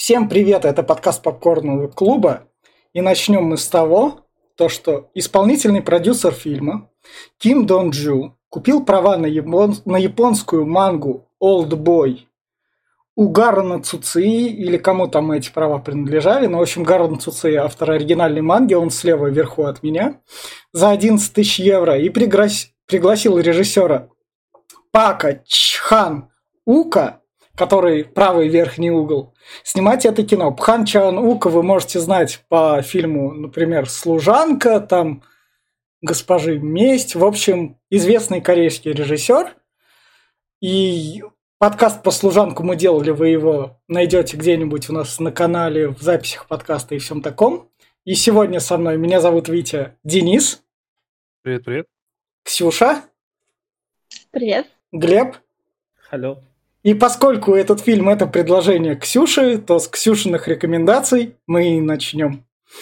Всем привет, это подкаст Попкорного клуба. И начнем мы с того, что исполнительный продюсер фильма Ким Дон Джу купил права на японскую мангу «Олдбой» у Гарона Цуции, или кому там эти права принадлежали, но, в общем, Гарон Цуции, автор оригинальной манги, он слева вверху от меня, за 11 тысяч евро, и пригласил режиссера Пака Чхан Ука, который правый верхний угол, снимать это кино. Пхан Чхан Ука вы можете знать по фильму, например, «Служанка», там «Госпожи Месть». В общем, известный корейский режиссер. И подкаст по «Служанку» мы делали, вы его найдете где-нибудь у нас на канале, в записях подкаста и всем таком. И сегодня со мной, меня зовут Витя, Денис. Привет, привет. Ксюша. Привет. Глеб. Алло. И поскольку этот фильм – это предложение Ксюши, то с Ксюшиных рекомендаций мы и начнем.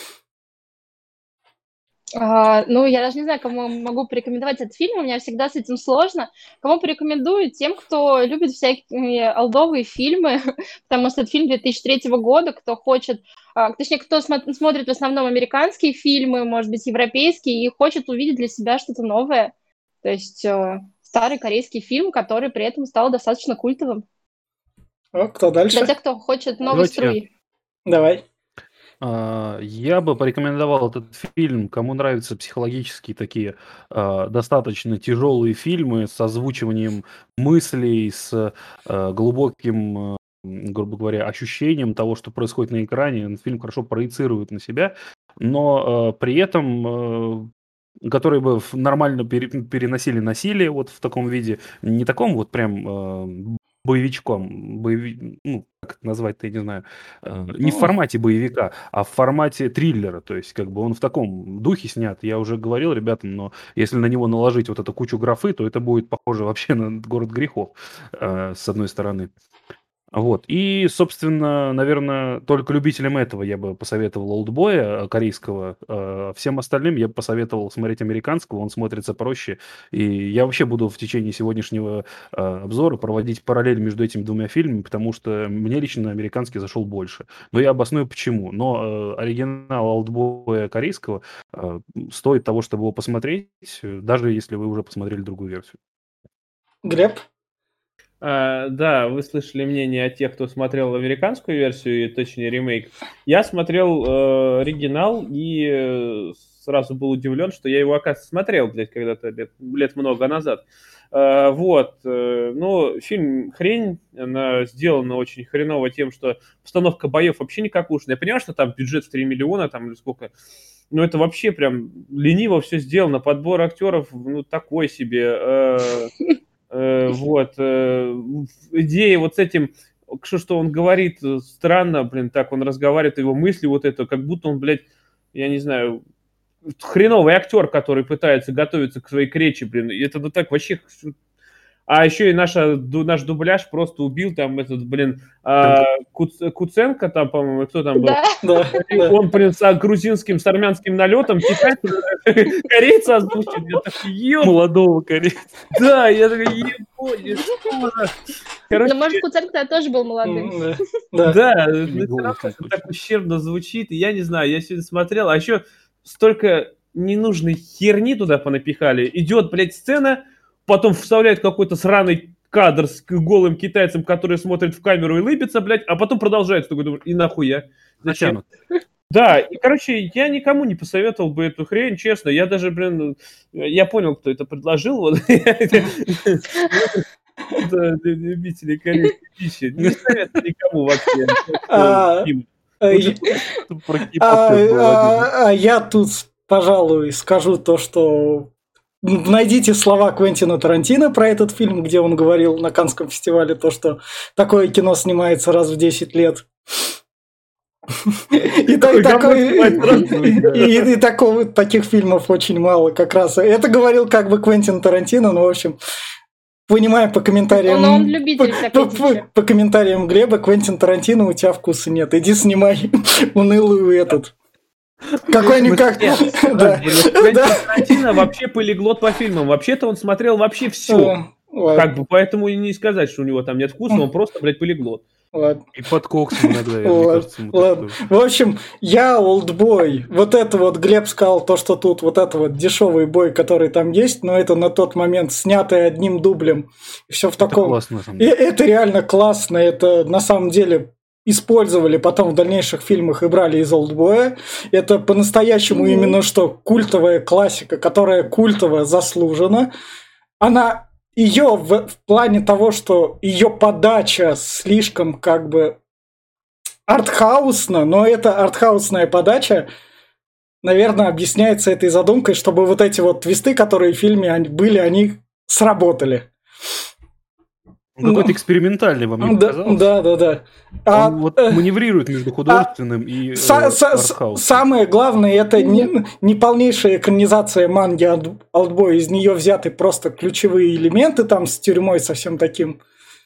Я даже не знаю, кому могу порекомендовать этот фильм, у меня всегда с этим сложно. Кому порекомендую? Тем, кто любит всякие олдовые фильмы, потому что это фильм 2003 года, кто хочет, точнее, кто смотрит в основном американские фильмы, может быть, европейские, и хочет увидеть для себя что-то новое. То есть старый корейский фильм, который при этом стал достаточно культовым. Кто дальше? Для тех, кто хочет новой струи. Давай. Я бы порекомендовал этот фильм, кому нравятся психологические такие достаточно тяжелые фильмы с озвучиванием мыслей, с глубоким, грубо говоря, ощущением того, что происходит на экране. Фильм хорошо проецирует на себя, но при этом которые бы нормально переносили насилие вот в таком виде, не таком вот прям боевичком, как это назвать-то, я не знаю, не в формате боевика, а в формате триллера, то есть как бы он в таком духе снят. Я уже говорил ребятам, но если на него наложить вот эту кучу графы, то это будет похоже вообще на «Город грехов», с одной стороны. Вот. И, собственно, наверное, только любителям этого я бы посоветовал «Олдбоя» корейского. Всем остальным я бы посоветовал смотреть американского, он смотрится проще. И я вообще буду в течение сегодняшнего обзора проводить параллель между этими двумя фильмами, потому что мне лично американский зашел больше. Но я обосную почему. Но оригинал «Олдбоя» корейского стоит того, чтобы его посмотреть, даже если вы уже посмотрели другую версию. Глеб? Да, вы слышали мнение о тех, кто смотрел американскую версию, точнее ремейк. Я смотрел оригинал и сразу был удивлен, что я его, оказывается, смотрел, когда-то лет много назад. Фильм хрень, она сделана очень хреново тем, что постановка боев вообще никакушная. Я понимаю, что там бюджет в 3 миллиона, там или сколько, но это вообще прям лениво все сделано, подбор актеров, такой себе. Идея вот с этим, что он говорит, странно, так он разговаривает, его мысли вот это, как будто он, я не знаю, хреновый актер, который пытается готовиться к своей речи, это так вообще... А еще и наш дубляж просто убил там Куценко там, по-моему, кто там был? Да. Он, с грузинским, с армянским налетом, корейца озвучит. Я такой, молодого корейца. Да, я такой, Короче, может, Куценко тоже был молодым. Да, так ущербно звучит, и я не знаю, я сегодня смотрел, а еще столько ненужной херни туда понапихали. Идет, сцена, потом вставляют какой-то сраный кадр с голым китайцем, который смотрит в камеру и лыбится, а потом продолжается. Думаю, и нахуя? Зачем? Да, и, я никому не посоветовал бы эту хрень, честно. Я даже, я понял, кто это предложил. Любители корейской пищи. Не советую никому вообще. Я тут, пожалуй, скажу то, что... Найдите слова Квентина Тарантино про этот фильм, где он говорил на Каннском фестивале то, что такое кино снимается раз в 10 лет. И таких фильмов очень мало как раз. Это говорил как бы Квентин Тарантино, но в общем... Понимаю, по комментариям... Но он любитель всякой по комментариям Глеба, Квентин Тарантино, у тебя вкуса нет. Иди снимай унылую этот... Какой-нибудь как... Тарантино вообще полиглот по фильмам. Вообще-то он смотрел вообще все. Поэтому и не сказать, что у него там нет вкуса, он просто, полиглот. Ладно. И под коксом иногда, мне Ладно, кажется. ладно. В общем, я олдбой. Вот это вот Глеб сказал, то, что тут вот это вот дешевый бой, который там есть, но это на тот момент снятый одним дублем. Все в Это таком. классно, на самом деле. Это реально классно. Это на самом деле использовали потом в дальнейших фильмах и брали из олдбоя. Это по-настоящему именно что культовая классика, которая культовая заслужена. Она ее в плане того, что ее подача слишком как бы артхаусна, но эта артхаусная подача, наверное, объясняется этой задумкой, чтобы вот эти вот твисты, которые в фильме были, они сработали. Какой-то экспериментальный вам не показалось? Да. Он вот маневрирует между художественным и артхаусом. Самое главное, это не полнейшая экранизация манги Олдбой. Из нее взяты просто ключевые элементы там с тюрьмой совсем таким.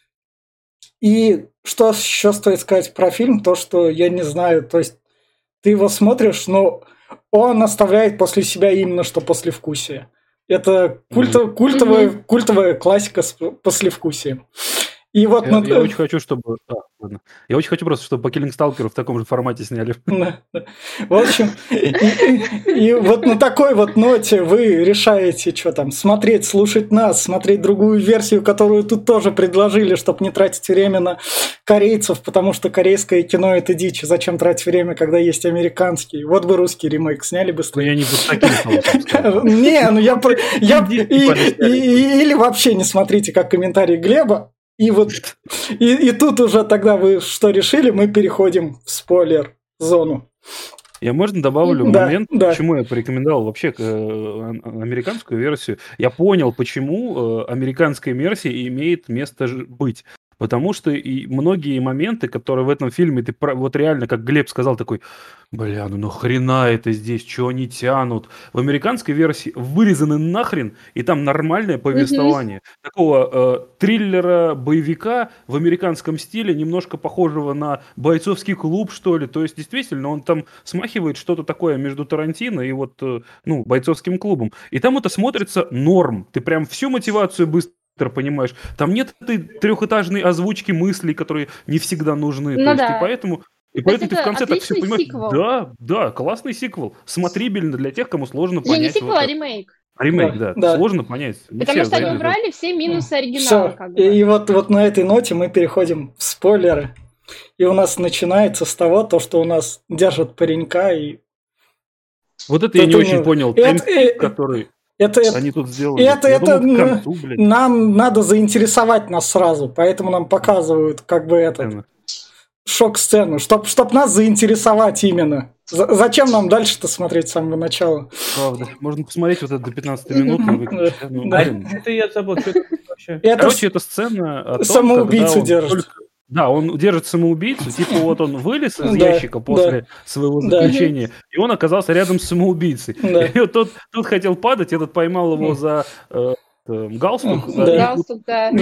И что еще стоит сказать про фильм, то, что я не знаю, то есть ты его смотришь, но он оставляет после себя именно что послевкусие. Это культовая классика с послевкусием. И вот я очень хочу, чтобы... Я очень хочу просто, чтобы по Killing Stalker в таком же формате сняли. В общем, и вот на такой вот ноте вы решаете, что там, смотреть, слушать нас, смотреть другую версию, которую тут тоже предложили, чтобы не тратить время на корейцев, потому что корейское кино – это дичь. Зачем тратить время, когда есть американский? Вот бы русский ремейк сняли быстрее. Я не буду таким соусом. Не, ну я... Или вообще не смотрите, как комментарий Глеба. И вот и тут уже тогда вы что решили, мы переходим в спойлер-зону. Я, можно, добавлю момент, почему я порекомендовал вообще американскую версию. Я понял, почему американская версия имеет место быть. Потому что и многие моменты, которые в этом фильме, ты вот реально, как Глеб сказал, такой, бля, ну нахрена это здесь, что они тянут? В американской версии вырезаны нахрен, и там нормальное повествование. Такого триллера, боевика в американском стиле, немножко похожего на бойцовский клуб, что ли. То есть, действительно, он там смахивает что-то такое между Тарантино и вот, бойцовским клубом. И там это смотрится норм. Ты прям всю мотивацию быстро понимаешь. Там нет этой трехэтажной озвучки мыслей, которые не всегда нужны. Ну, то есть, да. и поэтому ты в конце так все понимаешь. Сиквел. Да, классный сиквел. Смотрибельно для тех, кому сложно понять. Не сиквел, а ремейк. Ремейк, да. Сложно понять. Потому что они убрали все минусы оригинала. Все. И вот на этой ноте мы переходим в спойлеры. И у нас начинается с того, что у нас держат паренька и... Вот это я не очень понял. Который... Они тут сделали. Нам надо заинтересовать нас сразу, поэтому нам показывают как бы шок-сцену, чтоб нас заинтересовать именно. Зачем нам дальше-то смотреть с самого начала? Правда. Можно посмотреть вот это до 15 минут и выключить. Это я забыл, что это вообще. Короче, это сцена о том, самоубийцу держит. Да, он держит самоубийцу, типа вот он вылез из ящика после своего заключения, и он оказался рядом с самоубийцей. И вот тот хотел падать, этот поймал его за галстук. Галстук, да.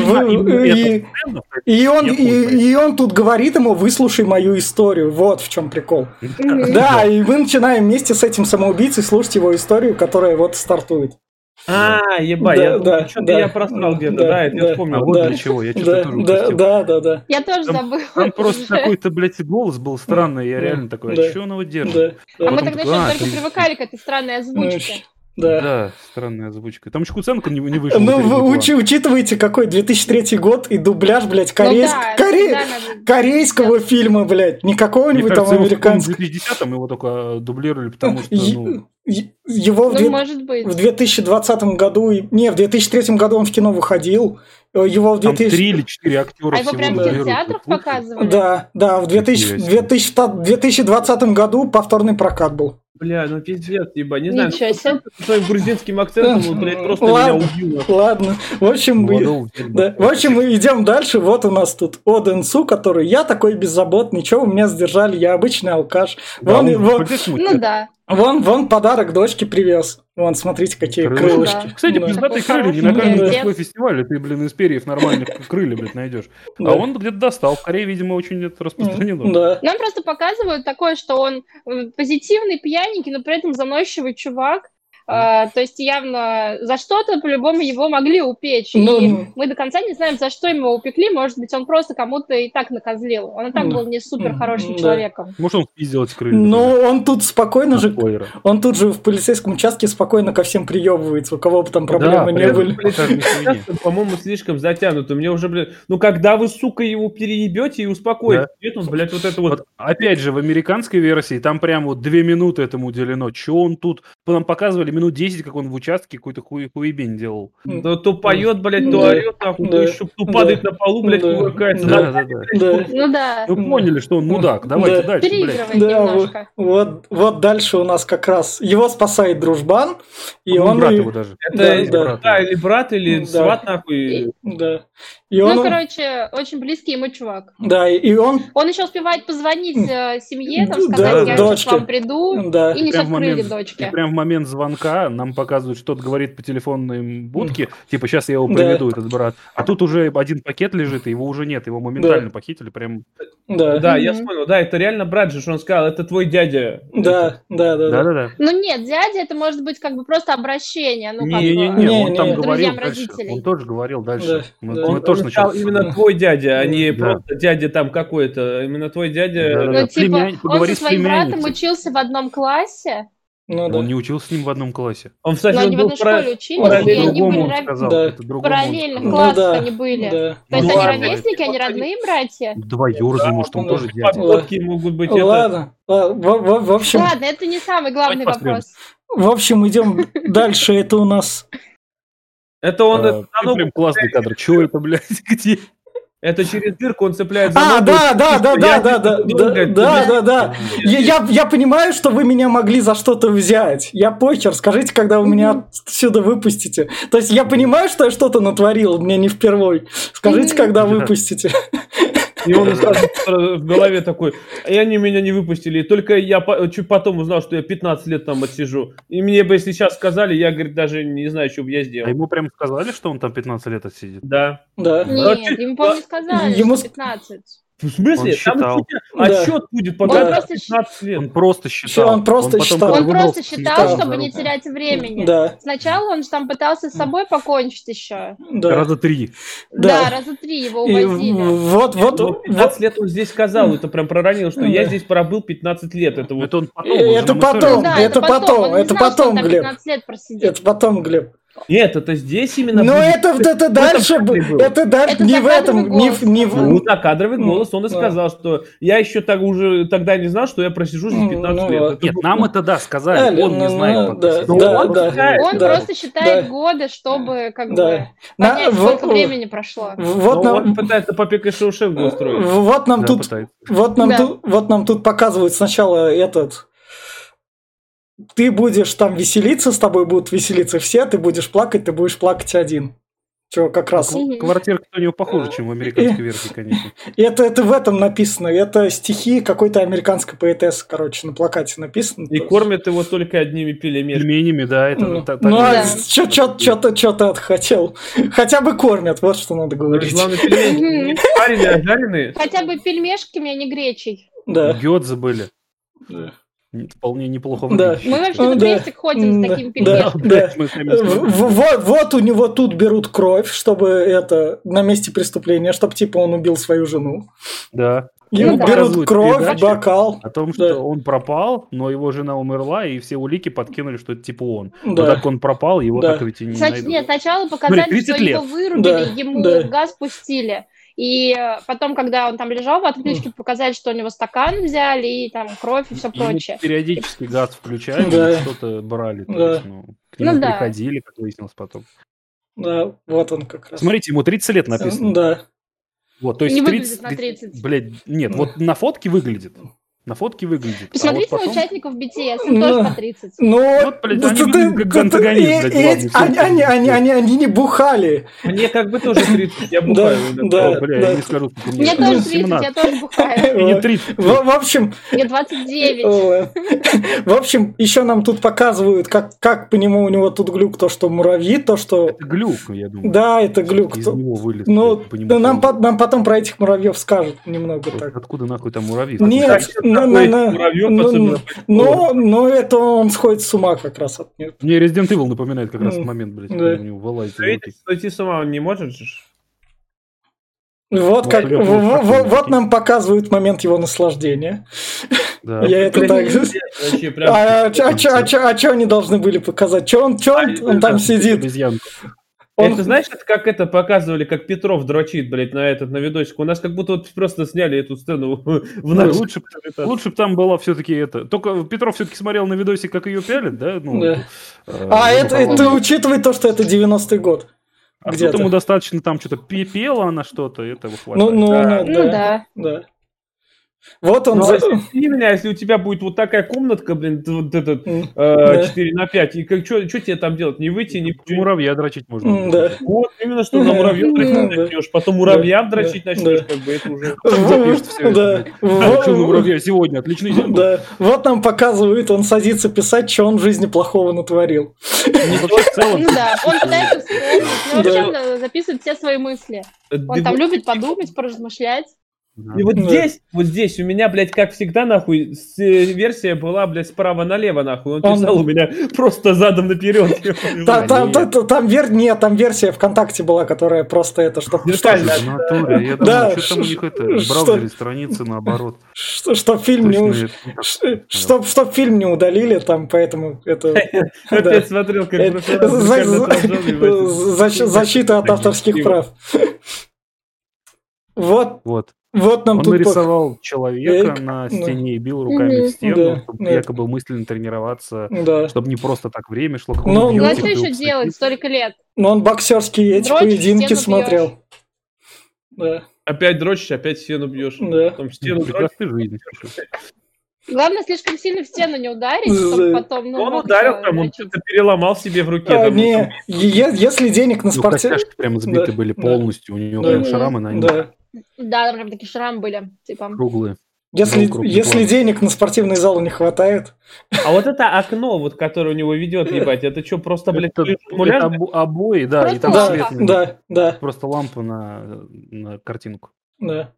И он тут говорит ему: выслушай мою историю. Вот в чем прикол. Да, и мы начинаем вместе с этим самоубийцей слушать его историю, которая вот стартует. Ебать, я просрал где-то, это я вспомнил. Вот для чего, я что-то тоже упустил. Да. Я тоже забыла. Там просто какой-то, блядь, голос был странный, я реально такой, а что он его держит? А мы тогда еще только привыкали к этой странной озвучке. Да, странная озвучка. Там еще Куценко не вышел. Ну, вы учитываете, какой 2003 год и дубляж, блядь, корейского фильма, блядь, не какого-нибудь там американского. В 2010-м его только дублировали, потому что, Его может быть. в 2020 году... Не, в 2003 году он в кино выходил. Его в 2000... Там 3 или 4 актера его прям в кинотеатрах показывали? Да, в 2020 году повторный прокат был. Бля, ну пиздец, ебать, не знаю, Ничего своим грузинским акцентом, блядь, просто меня убило. Ладно, в общем, мы идем дальше. Вот у нас тут О Дэн Су, который я такой беззаботный, чего вы меня сдержали, я обычный алкаш. Вон подарок дочке привез. Вон, смотрите, какие крылышки. Кстати, пиздатые крылья, не на каждый мужской фестиваль, ты, блин, из перьев нормальных крылья, блядь, найдешь. А он где-то достал. В Корее, видимо, очень это распространено. Нам просто показывают такое, что он позитивный, пьяненький, но при этом заносчивый чувак. То есть явно за что-то по-любому его могли упечь. И мы до конца не знаем, за что его упекли. Может быть, он просто кому-то и так накозлил. Он и так был не супер хорошим человеком. Может, он спиздил эти крылья. Ну, он тут спокойно же, он тут же в полицейском участке спокойно ко всем приебывается, у кого бы там проблемы не были. По-моему, слишком затянуто. Мне уже, блядь, ну когда вы, сука, его переебете и успокоите? Нет, он, блядь, вот это вот. Опять же, в американской версии там прям вот 2 минуты этому уделено. Че он тут? Нам показывали минут 10, как он в участке какой-то хуебень делал. Да то поет, блядь, то орет, нахуй, то еще падает на полу, блядь, кувыркается. Ну да. Вы поняли, что он мудак. Давайте дальше, блядь. Немножко. Вот дальше у нас как раз его спасает дружбан, и он... брат его даже. Это или брат, или сват, нахуй. Да. Ну, короче, очень близкий ему чувак. Да, и он... Он еще успевает позвонить семье, там, сказать, я сейчас к вам приду, и несет крылья дочке. И прям в момент звонка нам показывают, что-то говорит по телефонной будке, типа, сейчас я его приведу, этот брат. А тут уже один пакет лежит, и его уже нет, его моментально похитили, прям... Да, я понял, да, это реально брат же, что он сказал, это твой дядя. Да. Ну нет, дядя, это может быть как бы просто обращение, ну как Не, он там говорил друзьям дальше, родителей. он тоже говорил дальше. Он тоже сказал именно твой дядя, а не просто дядя там какой-то, именно твой дядя. Ну типа, он со своим братом учился в одном классе. Он не учился с ним в одном классе. Он, кстати, они в одной школе учились, и они были в параллельных классах они были. То есть они ровесники, они родные братья. Двоюродные, может, он тоже дядя. Подводки могут быть. Ладно, в общем... Ладно, это не самый главный вопрос. В общем, идем дальше, это у нас... Это он... Прям классный кадр. Чего это, блядь, где? Это через дырку он цепляет за ногу. Да. Я понимаю, что вы меня могли за что-то взять. Я похер, скажите, когда вы меня отсюда выпустите. То есть я понимаю, что я что-то натворил, мне не впервой. Скажите, когда выпустите. И он сразу в голове такой, и они меня не выпустили. Только я чуть потом узнал, что я 15 лет там отсижу. И мне бы, если сейчас сказали, я, говорит, даже не знаю, что бы я сделал. А ему прям сказали, что он там 15 лет отсидит? Да. Нет, ему, по-моему, сказали, что 15. В смысле? Там отчет будет потом 15 лет. Он просто считал. Он просто считал, чтобы не терять времени. Да. Сначала он же там пытался с собой покончить еще. Да. Раза 3. Да, раза 3 его увозили. Вот. 15 лет он здесь сказал, это прям проронил, что я здесь пробыл 15 лет. Это вот он потом. Это потом, Глеб. 15 лет просидел. Это потом, Глеб. Нет, это здесь именно... Но это дальше... Это дальше не в этом... Ну, да, кадровый голос. Он и сказал, что я еще тогда не знал, что я просижу здесь 15 лет. Нет, нам это, сказали. Он не знает. Он просто считает годы, чтобы как бы понять, сколько времени прошло. Он пытается побег из Шоушенка устроить. Вот нам тут показывают сначала этот... Ты будешь там веселиться, с тобой будут веселиться все, ты будешь плакать один. Чего как раз... Квартирка у него похуже, чем в американской версии, конечно. Это в этом написано. Это стихи какой-то американской поэтессы, короче, на плакате написано. И кормят его только одними пельменями, да. Что ты хотел? Хотя бы кормят, вот что надо говорить. Главное, пельмени пареные, а жареные. Хотя бы пельмешками, а не гречей. Да. Гёдзе были. Да. Вполне неплохо выглядит. Мы вообще на крестик ходим с такими пельмешками. Вот у него тут берут кровь, чтобы это на месте преступления, чтобы типа он убил свою жену. Да. Ему берут кровь, бокал. О том, что он пропал, но его жена умерла, и все улики подкинули, что это типа он. Да. Но так он пропал, его так ведь и не найдут. Нет, сначала показали, что его вырубили, ему газ пустили. И потом, когда он там лежал в отключке, показали, что у него стакан взяли, и там кровь, и все прочее. Периодически газ включали, что-то брали. К нему приходили, как выяснилось потом. Да, вот он как раз. Смотрите, ему 30 лет написано. Да. Вот, то есть не выглядит на 30. Блядь, нет, вот на фотке выглядит. На фотке выглядит. Посмотрите на участников BTS, им тоже по 30. Ну, вот, блядь, они выглядят как антагонист, блядь, они не бухали. Мне как бы тоже 30, я бухаю. Да, бля, я не скажу, что мне тоже 30, я тоже бухаю. Не 30. В общем... Мне 29. В общем, еще нам тут показывают, как по нему у него тут глюк, то, что муравьи, то, что... Это глюк, я думаю. Да, это глюк. Из него вылез. Ну, нам потом про этих муравьев скажут немного так. Откуда нахуй там муравьи? Нет, муравьев, особенно. Но это он сходит с ума как раз от нее. Мне Resident Evil напоминает как раз этот момент, блядь, когда у него вылазит. Сойти с ума он не может же. Вот нам показывают момент его наслаждения. Да. Я это так... А что они должны были показать? Что он там сидит? Это знаешь, как это показывали, как Петров дрочит, блядь, на видосик. У нас как будто вот просто сняли эту сцену в нашу. Лучше бы там была все-таки это. Только Петров все-таки смотрел на видосик, как ее пялят, да? Это учитывая то, что это 90-й год. А тут ему достаточно там что-то пела она что-то, этого хватает. Да. Вот он... Если у тебя будет вот такая комнатка, блин, вот этот 4x5, и что тебе там делать? Не выйти, не... Муравья дрочить можно. Да. Вот, именно что на муравьев дрочить начнешь, потом муравьям дрочить начнешь, как бы это уже... Запишет все это. Дрочил на муравья сегодня, отличный день. Да. Вот нам показывают, он садится писать, что он в жизни плохого натворил. Да, он пытается вспомнить, но вообще записывает все свои мысли. Он там любит подумать, поразмышлять. И вот здесь у меня, блядь, как всегда, нахуй, версия была, блядь, справа налево, нахуй. Он писал у меня просто задом наперед. Там версия ВКонтакте была, которая просто это, что... В натуре, я думаю, что там у них это, в браузере страницы наоборот. Чтоб фильм не удалили, там, поэтому это... Опять смотрел, как... Защита от авторских прав. Вот нам он тут нарисовал человека на стене и бил руками в стену, чтобы якобы мысленно тренироваться, чтобы не просто так время шло. Ну, а что еще делать столько лет? Ну, он боксерские эти поединки смотрел. Да. Опять дрочишь, опять стену бьешь. Да. Потом стену дрочишь. Главное, слишком сильно в стену не ударить, чтобы потом... Он ударил, там, он что-то переломал себе в руке. Не, если денег на спортивном... Костяшки прям сбиты были полностью, у него прям шрамы на них. Да, прям такие шрамы были, типа. Круглые. Если денег на спортивный зал не хватает. А вот это окно, вот, которое у него ведет, ебать, это что, просто, блядь, это обои, да, и там свет. Да. Просто лампа на картинку. Да.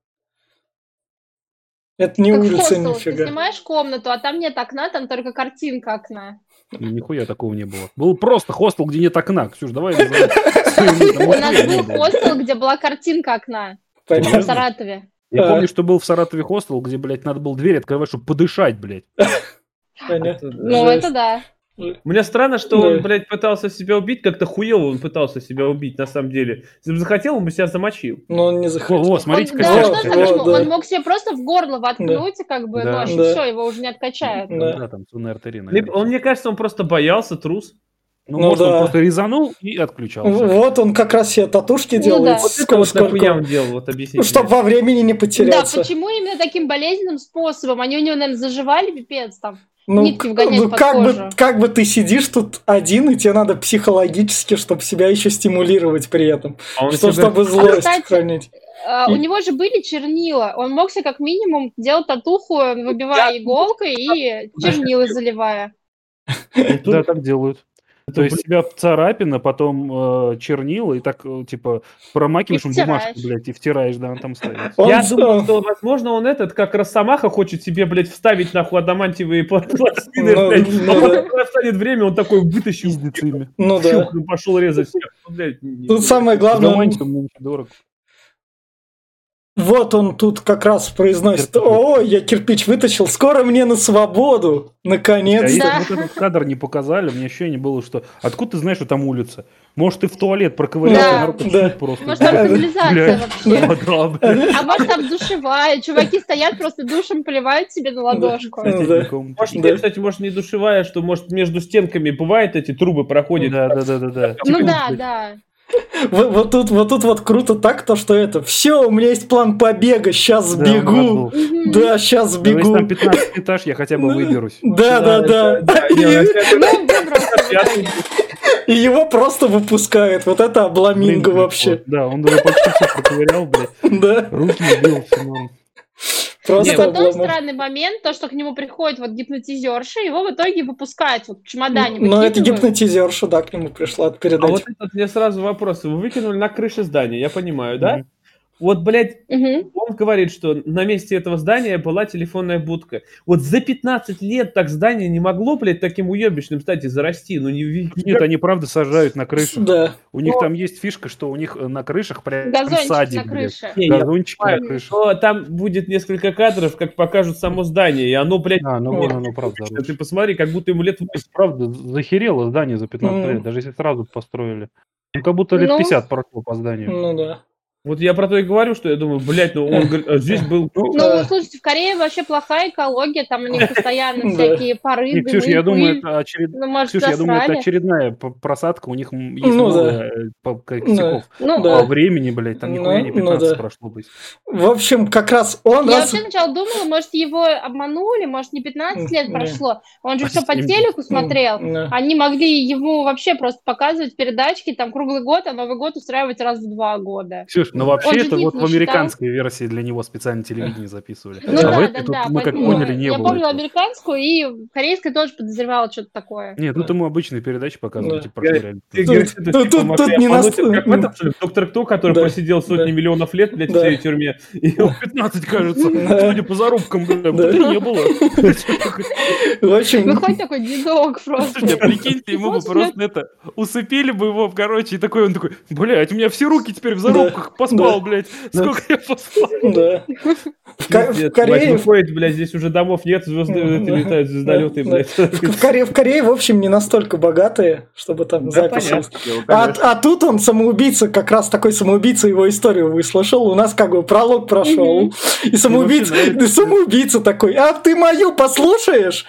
Это не улица, нифига. Ты снимаешь комнату, а там нет окна, там только картинка окна. Нихуя такого не было. Был просто хостел, где нет окна. Ксюш, давай. У нас был хостел, где была картинка окна. В Саратове. Я помню, что был в Саратове хостел, где, блядь, надо было дверь открывать, чтобы подышать, блядь. Ну, это да. Мне странно, что он, блядь, пытался себя убить, как-то хуево он пытался себя убить, на самом деле. Если бы захотел, он бы себя замочил. Но он не захотел. Вот, смотрите, он мог себе просто в горло воткнуть, как бы, нож, и все, его уже не откачают. Да, там сонная артерия. Мне кажется, он просто боялся, трус. Ну, может, он просто резанул и отключался. Вот он как раз себе татушки делает. Вот это вот нахуя он делал, вот объясните. Чтобы во времени не потеряться. Да, почему именно таким болезненным способом? Они у него, наверное, заживали, пипец, там. Как бы ты сидишь тут один, и тебе надо психологически, чтобы себя еще стимулировать при этом. Чтобы злость сохранить. У него же были чернила. Он мог себе как минимум делать татуху, выбивая иголкой и чернила заливая. Да, так делают. То есть себя царапина, потом чернила, и так, типа, промакиваешь бумажку, блядь, и втираешь, да, он там стоит. Я думаю, что, возможно, он как Росомаха хочет себе, блядь, вставить, нахуй, адамантиевые пластины, блядь, а потом, когда станет время, он такой вытащил, пошел резать всех. Тут самое главное... дорого. Вот он тут как раз произносит: «О, я кирпич вытащил, скоро мне на свободу, наконец-то». А если вот этот кадр не показали, у меня ощущение было, что откуда ты знаешь, что там улица? Может, ты в туалет проковырял, просто. Может, там канализация вообще. А может, там душевая. Чуваки стоят, просто душем поливают себе на ладошку. Кстати, может, не душевая, что, может, между стенками бывает эти трубы проходят. Да. Ну да. Вот тут круто так, то что это. Все, у меня есть план побега, сейчас сбегу. Да, сейчас сбегу. Если там 15 этаж, я хотя бы выберусь. Да. И его просто выпускают. Вот это обламинго вообще. Да, он даже почти все проковырял, блядь. Да. Руки сбил, все норм. Потом странный момент, то, что к нему приходит вот гипнотизерша, его в итоге выпускают вот в чемодане. Ну, это гипнотизерша, да, к нему пришла передать. А вот этот мне сразу вопрос. Вы выкинули на крыше здания, я понимаю, да? Вот, блядь, Мгм. он говорит, что на месте этого здания была телефонная будка. Вот за 15 лет так здание не могло, блядь, таким уебищным стать и зарасти. Ну, Нет, они правда сажают на крышах. Да. У них Но- там есть фишка, что у них на крышах прям Газончик садик, на блядь. крыше. Не, я Газончики на понимаю, крышах. но там будет несколько кадров, как покажут само здание, и оно, блядь, Ну вон оно, правда, ты лучше. посмотри, как будто ему лет 80. Правда, захерело здание за 15 лет, даже если сразу построили. Ну, как будто лет Ну. 50 прошло по зданию. Ну да. Вот я про то и говорю, что я думаю, блядь, ну он говорит, а здесь был... Ну, слушайте, в Корее вообще плохая экология, там у них постоянно Да. всякие пары, Не, Ксюш, дымы, я думаю, пыль. это Ну, может, Ксюш, я думаю, это засрали? очередная просадка. У них есть Ну много да. косяков Ну, Да. по времени, блядь. Там нихуя не Ну 15 да. прошло быть. В общем, как раз он я раз... вообще сначала думала, может, его обманули, может, не 15 лет Не. прошло. Он же А все по 70. телеку смотрел. Да. Они могли ему вообще просто показывать передачки, там, круглый год, а Новый год устраивать раз в 2 года. Ксюш, ну Он вообще же это вид вот не в американской версии для него специально телевидение записывали. Ну А в да, этой тут мы как поэтому поняли, не я было помнила этого. американскую и в корейской тоже подозревала что-то такое. Нет, тут ему обычные передачи показывали, Да. типа прошло реально. Ты Тут- говоришь, это тут- типа тут могли не обмануть, нас- как в этом, что ли, Доктор Кто, который Да. просидел сотни Да. миллионов лет, блядь, в Да. своей тюрьме. И Ну, 15, кажется, Да. судя по зарубкам, бля, Да. вот и не было. В общем, Выходит такой дедок Слушайте, просто. прикиньте, ему бы 15 просто это, усыпили бы его, короче, и такой он такой, блядь, у меня все руки теперь в зарубках, поспал, Да. блядь, Да. сколько я поспал. да. В пиздец, Корее... блядь, выходит, блядь, здесь уже домов нет, звезды Да. летают, звездолеты, Да. блядь. В Корее, в общем, не настолько богатые, чтобы там Да, записи... понятное дело, конечно. А тут он самоубийца, как раз такой самоубийца его историю выслушал. У нас как бы пролог прошел. Мгм. И самоубийца, вообще нравится. самоубийца такой, а ты мою послушаешь?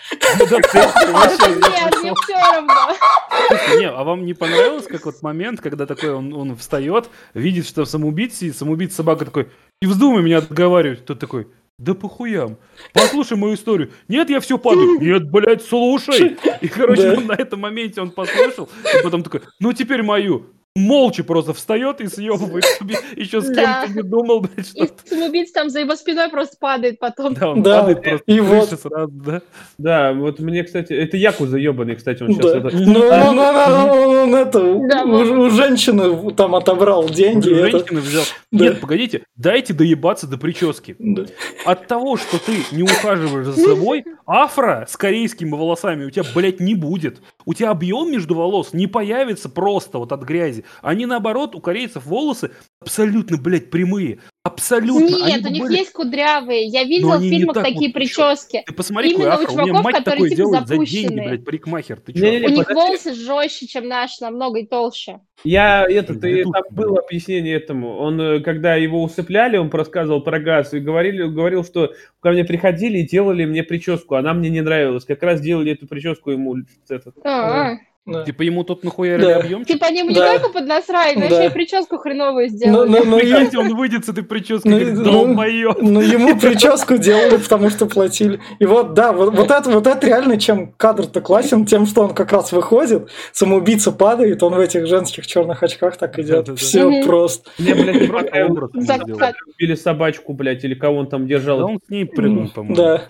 Нет, мне все равно. Слушайте, не, а вам не понравилось, как вот момент, когда такой он встает, видит, что самоубийца сидит, самоубийца собака такой, не вздумай меня отговаривать. Тот такой, да похуям, послушай мою историю. Нет, я все падаю. Нет, блядь, слушай. И, короче, Да. он на этом моменте он послушал, и потом такой, ну теперь мою. Молча просто встает и съебывает себе, еще с Да. кем-то не думал, блядь, И что... самоубийца там за его спиной просто падает потом. Да, он Да, падает просто и с вот. крыши сразу, да. Да, вот мне, кстати, это Якуза ебаный, кстати, он сейчас Да. это... Ну, он это, Да, у женщины там отобрал деньги. У это- женщины взял. Да. Нет, погодите, дайте доебаться до прически. Да. От того, что ты не ухаживаешь за собой, афро с корейскими волосами у тебя, блядь, не будет. У тебя объем между волос не появится просто вот от грязи. Они, наоборот, у корейцев волосы абсолютно, блядь, прямые. Абсолютно. Нет, Они у бы них были- есть кудрявые. Я Но видела в они не фильмах так такие вот причём. прически. Ты посмотри, какой Именно у афро. У меня чуваков, мать которые такое типа делает за деньги, запущенные. блядь, парикмахер. Ты чё? Не-не-не, У них подожди. волосы жестче, чем наши, намного и толще. Я Да, там тут- было объяснение этому. Он, когда его усыпляли, он рассказывал про газ и говорил, что ко мне приходили и делали мне прическу. Она мне не нравилась. Как раз делали эту прическу ему. Этот. А-а. Да. Типа ему тут нахуярили Да. объемчик. Типа они ему не Да. только поднасрали, но Да. еще и прическу хреновую Ну, сделали. ну, и- Прикиньте, он выйдет с этой прической, Ну, говорит, ну, долбоёб. ну, ему прическу делали, потому что платили. И вот, да, вот это реально, чем кадр-то классен, тем, что он как раз выходит, самоубийца падает, он в этих женских черных очках так идет. Да-да-да. Все Мгм. просто. Мне, блядь, не Просто понравилось, образ ему Закат. сделали. убили собачку, блядь, или кого он там Да держал. он с ней прыгнул, по-моему. Да.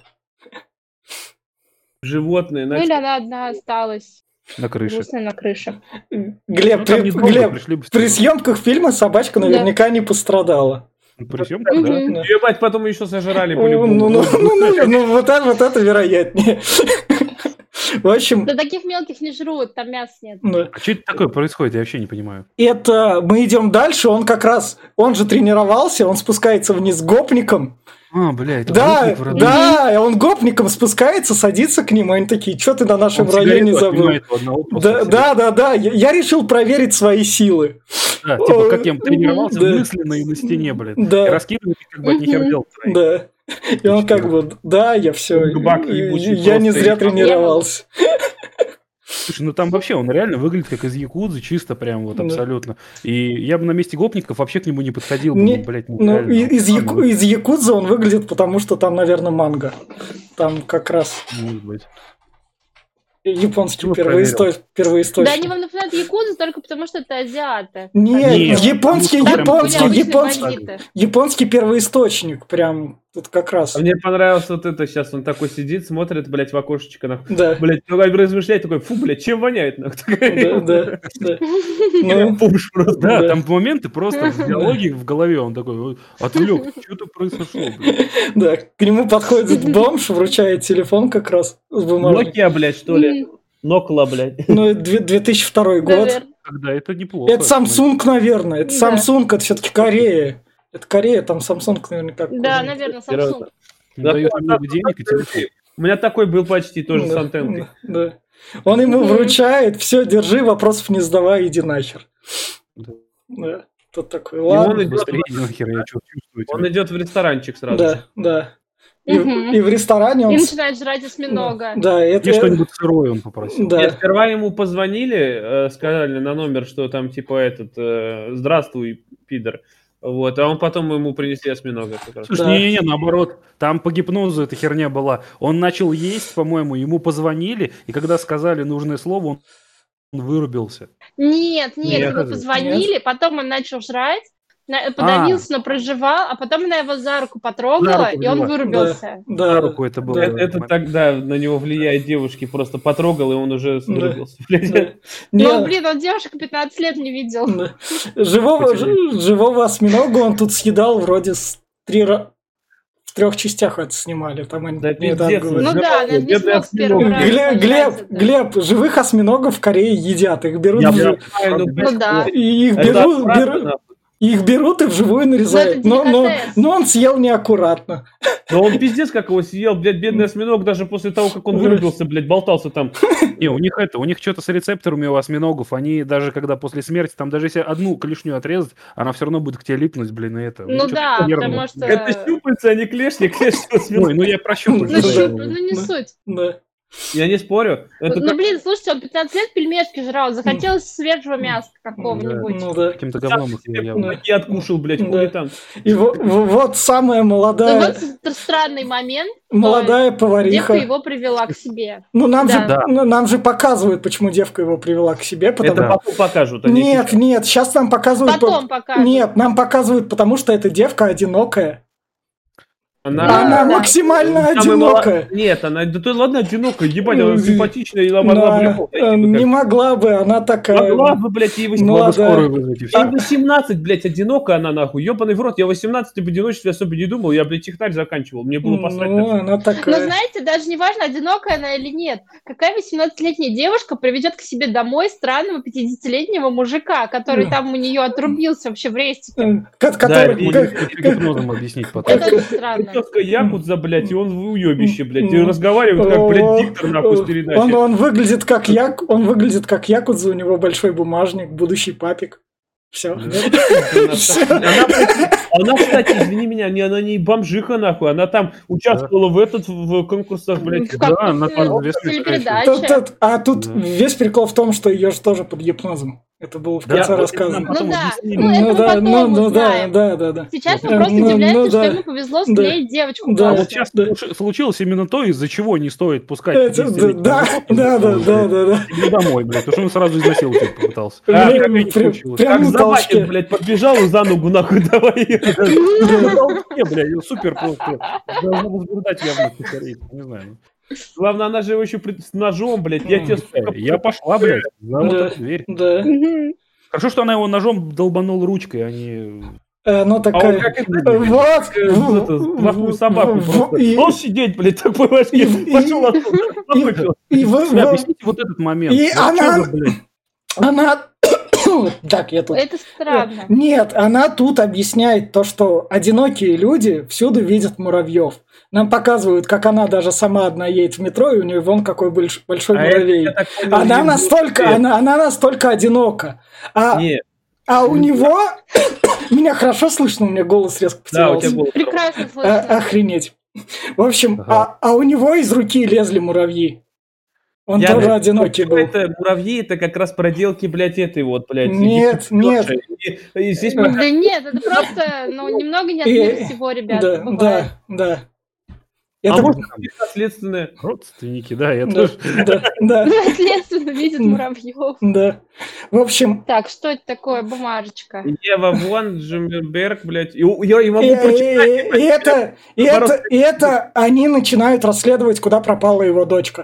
Животные. Ну или она одна осталась. На крыше. Грустная на крыше. Глеб, Ну, там недолго Глеб, пришли бы при всё. съемках фильма собачка Да. наверняка не пострадала. Ну, при съемках, да. Мгм. Да. Ебать, потом еще сожрали Ну, по-любому. вот это вероятнее. В общем, Да таких мелких не жрут, там мяса нет. да. А что это такое происходит? Я вообще не понимаю. Это мы идем дальше, он как раз, он же тренировался, он спускается вниз гопником. А, блядь, это Да, гопник вроде. да, и он гопником спускается, садится к ним, и они такие, что ты на нашем Он районе сигарету забыл? отнимает у одного просто Да, да, да, я решил проверить свои силы. Да, типа, как я тренировался Да. мысленно и на стене, блядь. Да. И раскидывать их, как бы, от них Мгм. делал. Да. И он как бы, да, я все, Губак ебучий я не просто, зря и- тренировался. Слушай, ну там вообще он реально выглядит как из Якудзы, чисто прям вот Да. абсолютно. И я бы на месте гопников вообще к нему не подходил бы, Не- ну, блядь, ну, Ну, реально, из он странно выглядит, Якудзы он выглядит, потому что там, наверное, манга. Там как раз может быть. японский Чего первоисточник. Да они вам напоминают якудзу только потому, что это азиаты. Нет, Нет, японский, потому что Там были японский, обычные японский, бандиты. японский первоисточник, прям Тут как раз. А мне понравилось вот это сейчас. Он такой сидит, смотрит, блядь, в окошечко. Нахуй. Да. Блядь, размышляет такой, фу, блядь, чем воняет? Нахуй. Да. Ну, Пуш просто. Да, Да. там моменты просто в диалоге в голове, он такой отвлек, что-то произошло, блин. да, к нему подходит бомж, вручает телефон как раз с бумагой. Nokia, блядь, что ли? Нокла, блядь. Ну, 2002 год. Наверное. Когда это неплохо. Это Samsung, наверное. Это Да. Samsung, это все-таки Корея. Это Корея, там Samsung наверняка. Да, наверное, Samsung. Дает много денег и телефон. У меня такой был почти тоже с Да, антенкой. да. Он ему вручает, все, держи, вопросов не задавай, иди нахер. Да. Да. Тут такой, он ладно. идет- Быстрее, нахер, я что чувствую Он тебя. идет в ресторанчик сразу. Да. И Мгм. в ресторане он... И начинает жрать осьминога. Да, Мне это... что-нибудь сырое он попросил. Да. Нет, сперва ему позвонили, сказали на номер, что там типа здравствуй, пидор. Вот, а он потом ему принесли осьминога. как раз. Слушай, Да. не-не-не, наоборот, там по гипнозу эта херня была. Он начал есть, по-моему, ему позвонили, и когда сказали нужное слово, он вырубился. Нет, Нет. ему позвонили, потом он начал жрать, подавился, но проживал, а потом она его за руку потрогала, За руку и он взяла. вырубился. Да. На руку это было. Это тогда на него влияет девушки, просто потрогал, и он уже вырубился. Да. Ну, Не, блин, он девушек 15 лет не видел. да. Живого осьминога он тут съедал вроде в 3 частях это снимали. Там они Да мне так пиздец, говорят. Ну да, она не Бедный смог с первого осьминог. раза поймать это. Глеб, живых осьминогов в Корее едят. Их берут, Я в жи- понимаю, ну, блядь, Ну да. и их это берут, аккуратно, нахуй. их берут и вживую нарезают. Ну, это Но деликатес. он съел неаккуратно. Но он пиздец как его съел, блядь, бедный осьминог, даже после того, как он вырубился, блядь, болтался там. Не, у них что-то с рецепторами у осьминогов. Они даже когда после смерти, там даже если одну клешню отрезать, она все равно будет к тебе липнуть, блин, и это. Ну что-то да, нервное. потому что... Это щупальца, а не клешни, клешни осьминога. Ой, ну я прощупаю. Ну, Да. не суть. Да. Я не спорю. Это Ну, как- блин, слушайте, он 15 лет пельмешки жрал, захотелось свежего мяса какого-нибудь. Ну да. Каким-то говном их себе явно. кулаки откушал, блядь, Да. хули там. И вот самая Ну, молодая, вот странный момент, молодая девка повариха. его привела к себе. Ну, Да. нам же показывают, почему девка его привела к себе. Потому... Это потом покажут. они Нет, сейчас нам показывают... Потом покажут. Нет, нам показывают, потому что эта девка одинокая. Она... Она Да. максимально самая одинокая. Нет, она... Да ты ладно, одинокая, ебать, она Ну, симпатичная, и она Но могла бы легко пройти, не могла бы, она такая... Могла бы, блядь, ей 18. Молодая. Скорую вызвать и Ей все. 18, блядь, одинокая она, нахуй. Ебаный в рот, я 18 в одиночестве особо не думал, я, блядь, технарь заканчивал. Мне было посрать на Ну, всё. она Но такая... знаете, даже не важно, одинокая она или нет. Какая 18-летняя девушка приведет к себе домой странного 50-летнего мужика, который там у нее отрубился вообще в рейстике? Который... и- Гипнозом объяснить потом. Это очень странно. Тетка якудза, блядь, и он в уебище, блядь, и разговаривает как, блядь, диктор, нахуй, с передачи. Он выглядит как якудза, у него большой бумажник, будущий папик. Все. Она, кстати, извини меня, она не бомжиха, нахуй, она там участвовала в конкурсах, блядь. В какой-то она там известная телепередаче. А тут Да. весь прикол в том, что ее же тоже под гипнозом. Это было в Да, конце вот рассказано. именно потом Ну да, объяснили. ну это мы потом узнаем. Да. Сейчас мы Ну, просто ну, удивляемся, что да. ему повезло Да. склеить девочку Да. А вот классную. сейчас случилось именно то, из-за чего не стоит пускать Это- 50-летнего Да. Тебе домой, блядь, потому что он сразу изнасиловать тебя попытался. Прям- Как не прям- получилось. прям- Как на Забакин, толчке. блядь, подбежал и за ногу, нахуй, давай. На толчке, блядь, супер просто. Должна возбуждать явно кухарейку, не знаю. ну. Главное, она же его еще с ножом, блядь, я тебе, сука, Я пошла, блядь, за вот Да. эту дверь. Да. Мгм. Хорошо, что она его ножом долбанула ручкой, а не... Она А он такая... как это, Вот. плохую собаку просто. И- Он сидеть, блядь, такой вообще, пошел оттуда. Выпил. и вы- Бля, объясните вот этот момент. И Вот она- чё за, блядь, Она... Так, я тут... Это странно. Нет, она тут объясняет то, что одинокие люди всюду видят муравьев. Нам показывают, как она даже сама одна едет в метро, и у нее вон какой большой А это, муравей. я так понял, Она ему настолько, лет. она настолько одинока. Нет, А у него... Меня хорошо слышно, у меня голос резко да, у потерялся. тебя был. Прекрасно слышно. Охренеть. В общем, Ага. а у него из руки лезли муравьи. Он Я тоже думаю, одинокий что был. это муравьи, это как раз проделки, блядь, этой вот, блядь. Нет, гипнозерши. И здесь мы Да нет, это просто, немного не от мира всего, ребята, Да, бывает. да. Это... может, наследственное. Родственники, да, я Да, тоже. да, Наследственно видит муравьев. да. В общем, Так, что это такое? Бумажечка. Ева Вон, Джумберг, блядь. Я могу прочитать. и это они начинают расследовать, куда пропала его дочка.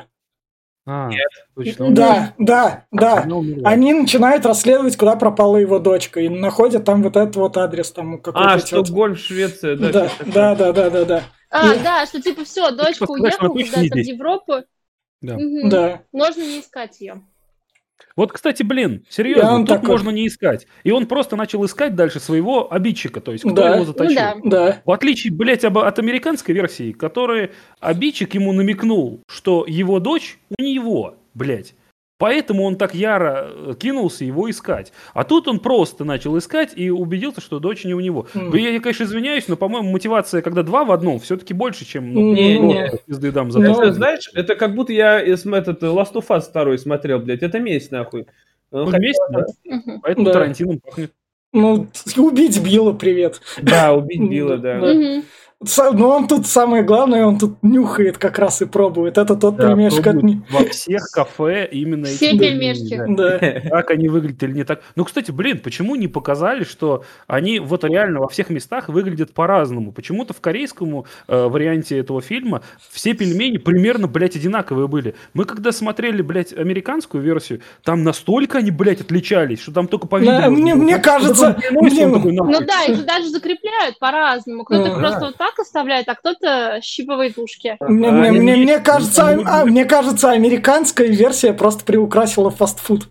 Точно. Да. Она умерла. Они начинают расследовать, куда пропала его дочка, и находят там вот этот вот адрес, там какой-то тётки. Стокгольм, Швеция, да. Да. Да, что типа все, дочка сказать, что она уехала точно куда-то не в здесь. Европу. Да. Мгм. Да. Можно не искать ее. Вот, кстати, блин, И серьезно, он тут такой- можно не искать. И он просто начал искать дальше своего обидчика, то есть кто Да. его заточил. Да. В отличие, блядь, от американской версии, которой обидчик ему намекнул, что его дочь у него, блядь. Поэтому он так яро кинулся его искать. А тут он просто начал искать и убедился, что дочь не у него. Я, конечно, извиняюсь, но, по-моему, мотивация, когда два в одном, все-таки больше, чем Не. пизды дам за Ну, то. Знаешь, это как будто я этот Last of Us 2 смотрел, блядь. Это месть, нахуй. Вместе, да. Мгм. Поэтому Да. Тарантином пахнет. Ну, убить Билла, привет. Да, убить Билла, да. Да. Мгм. Но он тут самое главное, он тут нюхает как раз и пробует. Это тот Да, пельмешек от... пробуют во всех кафе именно Все эти пельмешки. да. Да. Как они выглядят или не так. Ну, кстати, блин, почему не показали, что они вот реально во всех местах выглядят по-разному? Почему-то в корейском варианте этого фильма все пельмени примерно, блядь, одинаковые были. Мы когда смотрели, блядь, американскую версию, там настолько они, блядь, отличались, что там только по виду. Да, мне кажется, Ну да, их же даже закрепляют по-разному. Кто-то Ага. просто вот так оставляет, а кто-то щипывает ушки. Мне кажется, американская версия просто приукрасила фастфуд.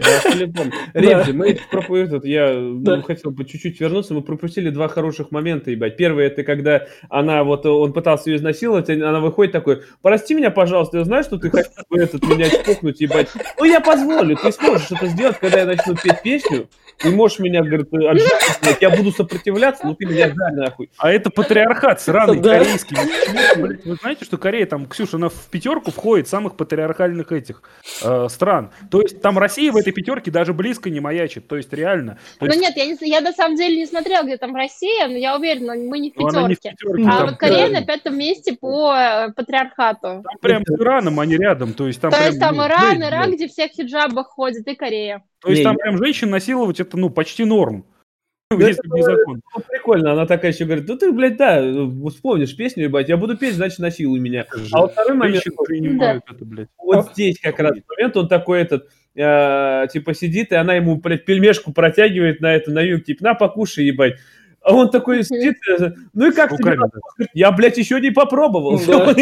Ребзи, мы я Да. хотел бы чуть-чуть вернуться, мы пропустили два хороших момента, ебать. Первый, это когда он пытался ее изнасиловать, она выходит такой: прости меня, пожалуйста, я знаю, что ты хотел бы меня чпокнуть, ебать. Ну, я позволю, ты сможешь это сделать, когда я начну петь песню, ты можешь меня, говорит, отжать, блядь, я буду сопротивляться, но ты меня отжали, нахуй. А это патриархат сраный, Да. корейский. Почему-то, блядь, вы знаете, что Корея, там, Ксюша, она в пятерку входит самых патриархальных этих стран. То есть там Россия в этой пятерке даже близко не маячит. То есть реально. То Ну есть, нет, я на самом деле не смотрела, где там Россия, но я уверена, мы не в она не в пятерке. пятерке. А там вот Корея прям- на пятом месте по патриархату. там прям с Ираном они рядом. То есть там То прям, есть там ну, Иран, жесть, Ирак, блядь. где все в хиджабах ходят, и Корея. То есть Не, там я- прям женщин насиловать, это, ну, почти норм. Ну, Если бы не закон. Ну, прикольно, она такая еще говорит: ну ты, блядь, да, вспомнишь песню, ебать, я буду петь, значит, насилуй меня. А вот второй момент, Женщины принимают это, блядь. вот здесь как раз момент, он такой типа сидит, и она ему, блядь, пельмешку протягивает на юг, типа, на, покушай, ебать. А он такой сидит, ну и как тебе? Руками, да. Я, блядь, еще не попробовал. Да.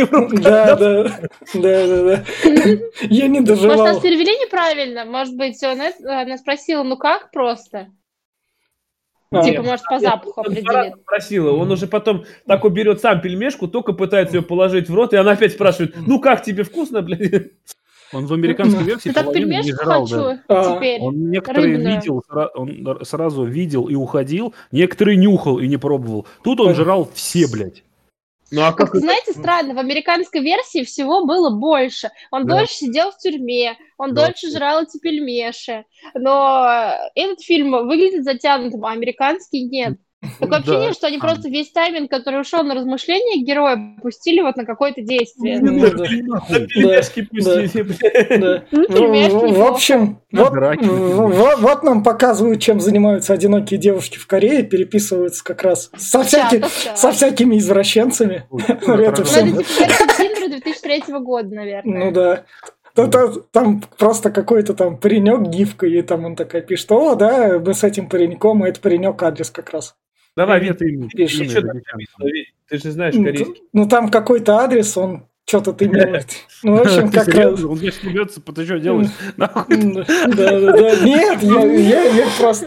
Да. Я не Может, доживал. нас перевели неправильно? Может быть, она спросила, ну как просто? Типа, может, по запаху Он определит. спросила, он уже потом такой берет сам пельмешку, только пытается ее положить в рот, и она опять спрашивает: ну как тебе, вкусно, блядь? Он в американской версии Я так половину не пельмешку жрал хочу даже. теперь. Он некоторые Рыбную. видел, он сразу видел и уходил, некоторые нюхал и не пробовал. Тут он жрал все, блядь. Ну а как Как знаете, странно, в американской версии всего было больше. Он Да. дольше сидел в тюрьме, он Да. дольше жрал эти пельмеши. Но этот фильм выглядит затянутым, а американский нет. Такое Да. ощущение, что они просто весь тайминг, который ушел на размышления героя, пустили вот на какое-то действие. Ну, да. на пельмешки пустили, блядь? Да. Ну, пельмешки В неплохо. общем, На драке, например. вот нам показывают, чем занимаются одинокие девушки в Корее, переписываются как раз со всякими извращенцами. Это Ну, всем. это Тиндер 2003 года, наверное. Ну да. Там просто какой-то там паренек гифка, и там он такая пишет: о, да, мы с этим пареньком, и это паренек адрес как раз. Давай, Привет, Вит, Имя. Вит, Имя что или там как написано, там? Вит? Ты же знаешь корейский. Ну там какой-то адрес, он что-то ты имеет. Ну, в общем, Ты как раз. серьезно? Он здесь смеется, ты что делаешь? Нахуй. Да. Нет, я просто.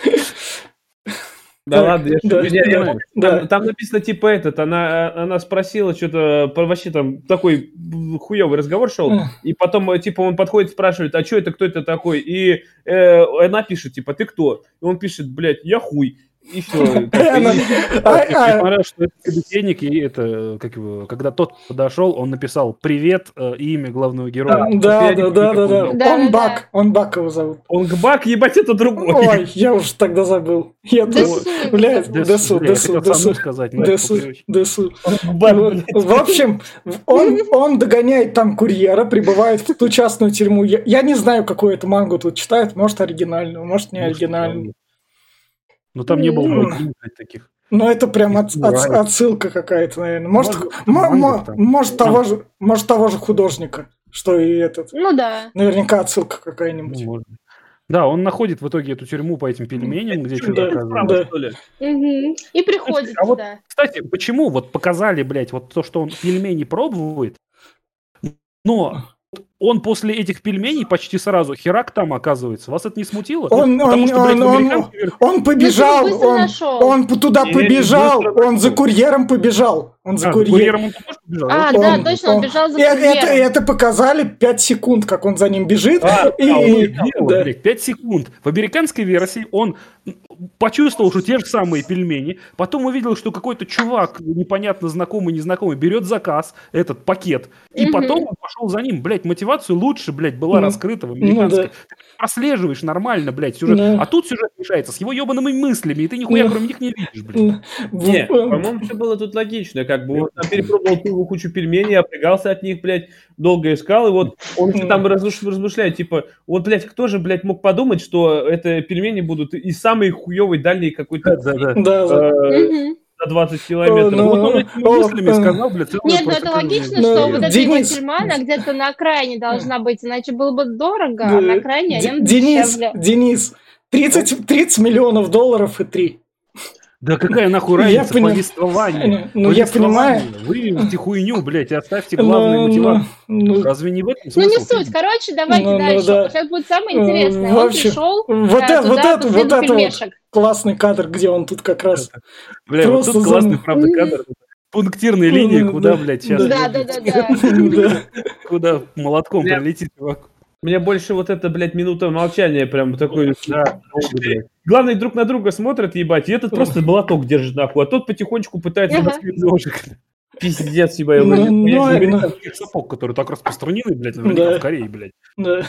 Да ладно, я Да, шучу. Я да, помню, да. там написано типа она спросила что-то, вообще там такой хуёвый разговор шел, и потом типа он подходит, спрашивает: а что это, кто это такой? И она пишет, типа, ты кто? И он пишет: блядь, я хуй. И все. Мне понравилось, что этот собеседник, и это, как его, когда тот подошел, он написал «Привет» и имя главного героя. Да. Да. Он Бак его зовут. Онгбак, ебать, это другой. Ой, я уж тогда забыл. Я Десу. блядь, Десу. Я хотел саму сказать, но это по-привычке. Десу. Онгбак, блядь. В общем, он догоняет там курьера, прибывает в ту частную тюрьму. Я не знаю, какую это мангу тут читает. Может, оригинальную, может, не оригинальную. Ну, там не было блядь, таких. Но это прям отсылка какая-то, наверное. Может, того же художника, что и этот. Ну да. Наверняка отсылка какая-нибудь. Ну, может. Да, он находит в итоге эту тюрьму по этим пельменям, где что-то Да, оказывается. да. Что ли? Мгм. И приходит А вот, туда. кстати, почему вот показали, блядь, вот то, что он пельмени пробует, но он после этих пельменей почти сразу херак там оказывается. Вас это не смутило? Потому что, блядь, в американской версии- он побежал, Ну, ты быстро нашел. он туда Не, побежал, быстро он за курьером побежал. Он за за курьером. курьером он тоже побежал. А, Вот да, он- точно, он бежал за Это курьером. показали 5 секунд, как он за ним бежит. А, и, он и- делал, да. блядь, 5 секунд. В американской версии он почувствовал, что те же самые пельмени, потом увидел, что какой-то чувак, непонятно знакомый, незнакомый, берет заказ, этот пакет, и Мгм. потом он пошел за ним. Блядь, мотивацию лучше, блядь, была Ну, раскрыта в американской. да. Ты прослеживаешь нормально, блядь, сюжет. Да. А тут сюжет решается с его ебаными мыслями, и ты нихуя Ну. кроме них не видишь, блядь. Не, по-моему, все было тут логично. Как бы он там перепробовал целую кучу пельменей, опрягался от них, блядь, долго искал, и вот он еще там размышляет, типа, вот, блядь, кто же, блядь, мог подумать, что это пельмени будут из самой хуевой дальней какой-то Да. Да. Мгм. на 20 километров. Ну, Вот он этими мыслями сказал, блядь, целую Нет, ну это просто логично, Ну, что вот эта его Денис. тюрьма, она где-то на окраине должна быть, иначе было бы дорого, Да. а на окраине аренда Денис, дешевле. Денис, 30 миллионов долларов и 3. Да какая нахуй Я разница? понимаю. Повествование. Ну, я Повествование. понимаю. Выведите хуйню, блядь, и оставьте главную мотивацию. Разве не в этом Ну смысл? не суть, короче, давайте Ну, дальше. да. Сейчас будет самое интересное. Он Вообще, пришел вот туда это по следу вот пельмешек. классный кадр, где он тут как раз. Бля, вот Просто тут классный, зам- правда, кадр. Пунктирная линия, куда, блядь, сейчас... Да. Да. Куда молотком Бля. прилетит чувак. Мне больше вот это, блядь, минута молчания прям такой. Да, долго, блядь. Главное, друг на друга смотрят, ебать, и этот просто молоток держит нахуй, а тот потихонечку пытается Ага. раскрыть ножик. Пиздец, ебать. Ну, блядь. ну, Американских сапог, которые так распространены, блядь, наверняка Да. в Корее, блядь. Да.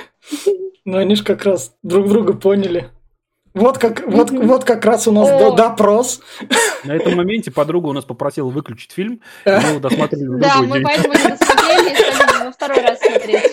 Ну они ж как раз друг друга поняли. Вот как раз у нас О. допрос. На этом моменте подруга у нас попросила выключить фильм, и мы его досматривали в Да, другой мы день. поэтому не досмотрели и стали во второй раз смотреть.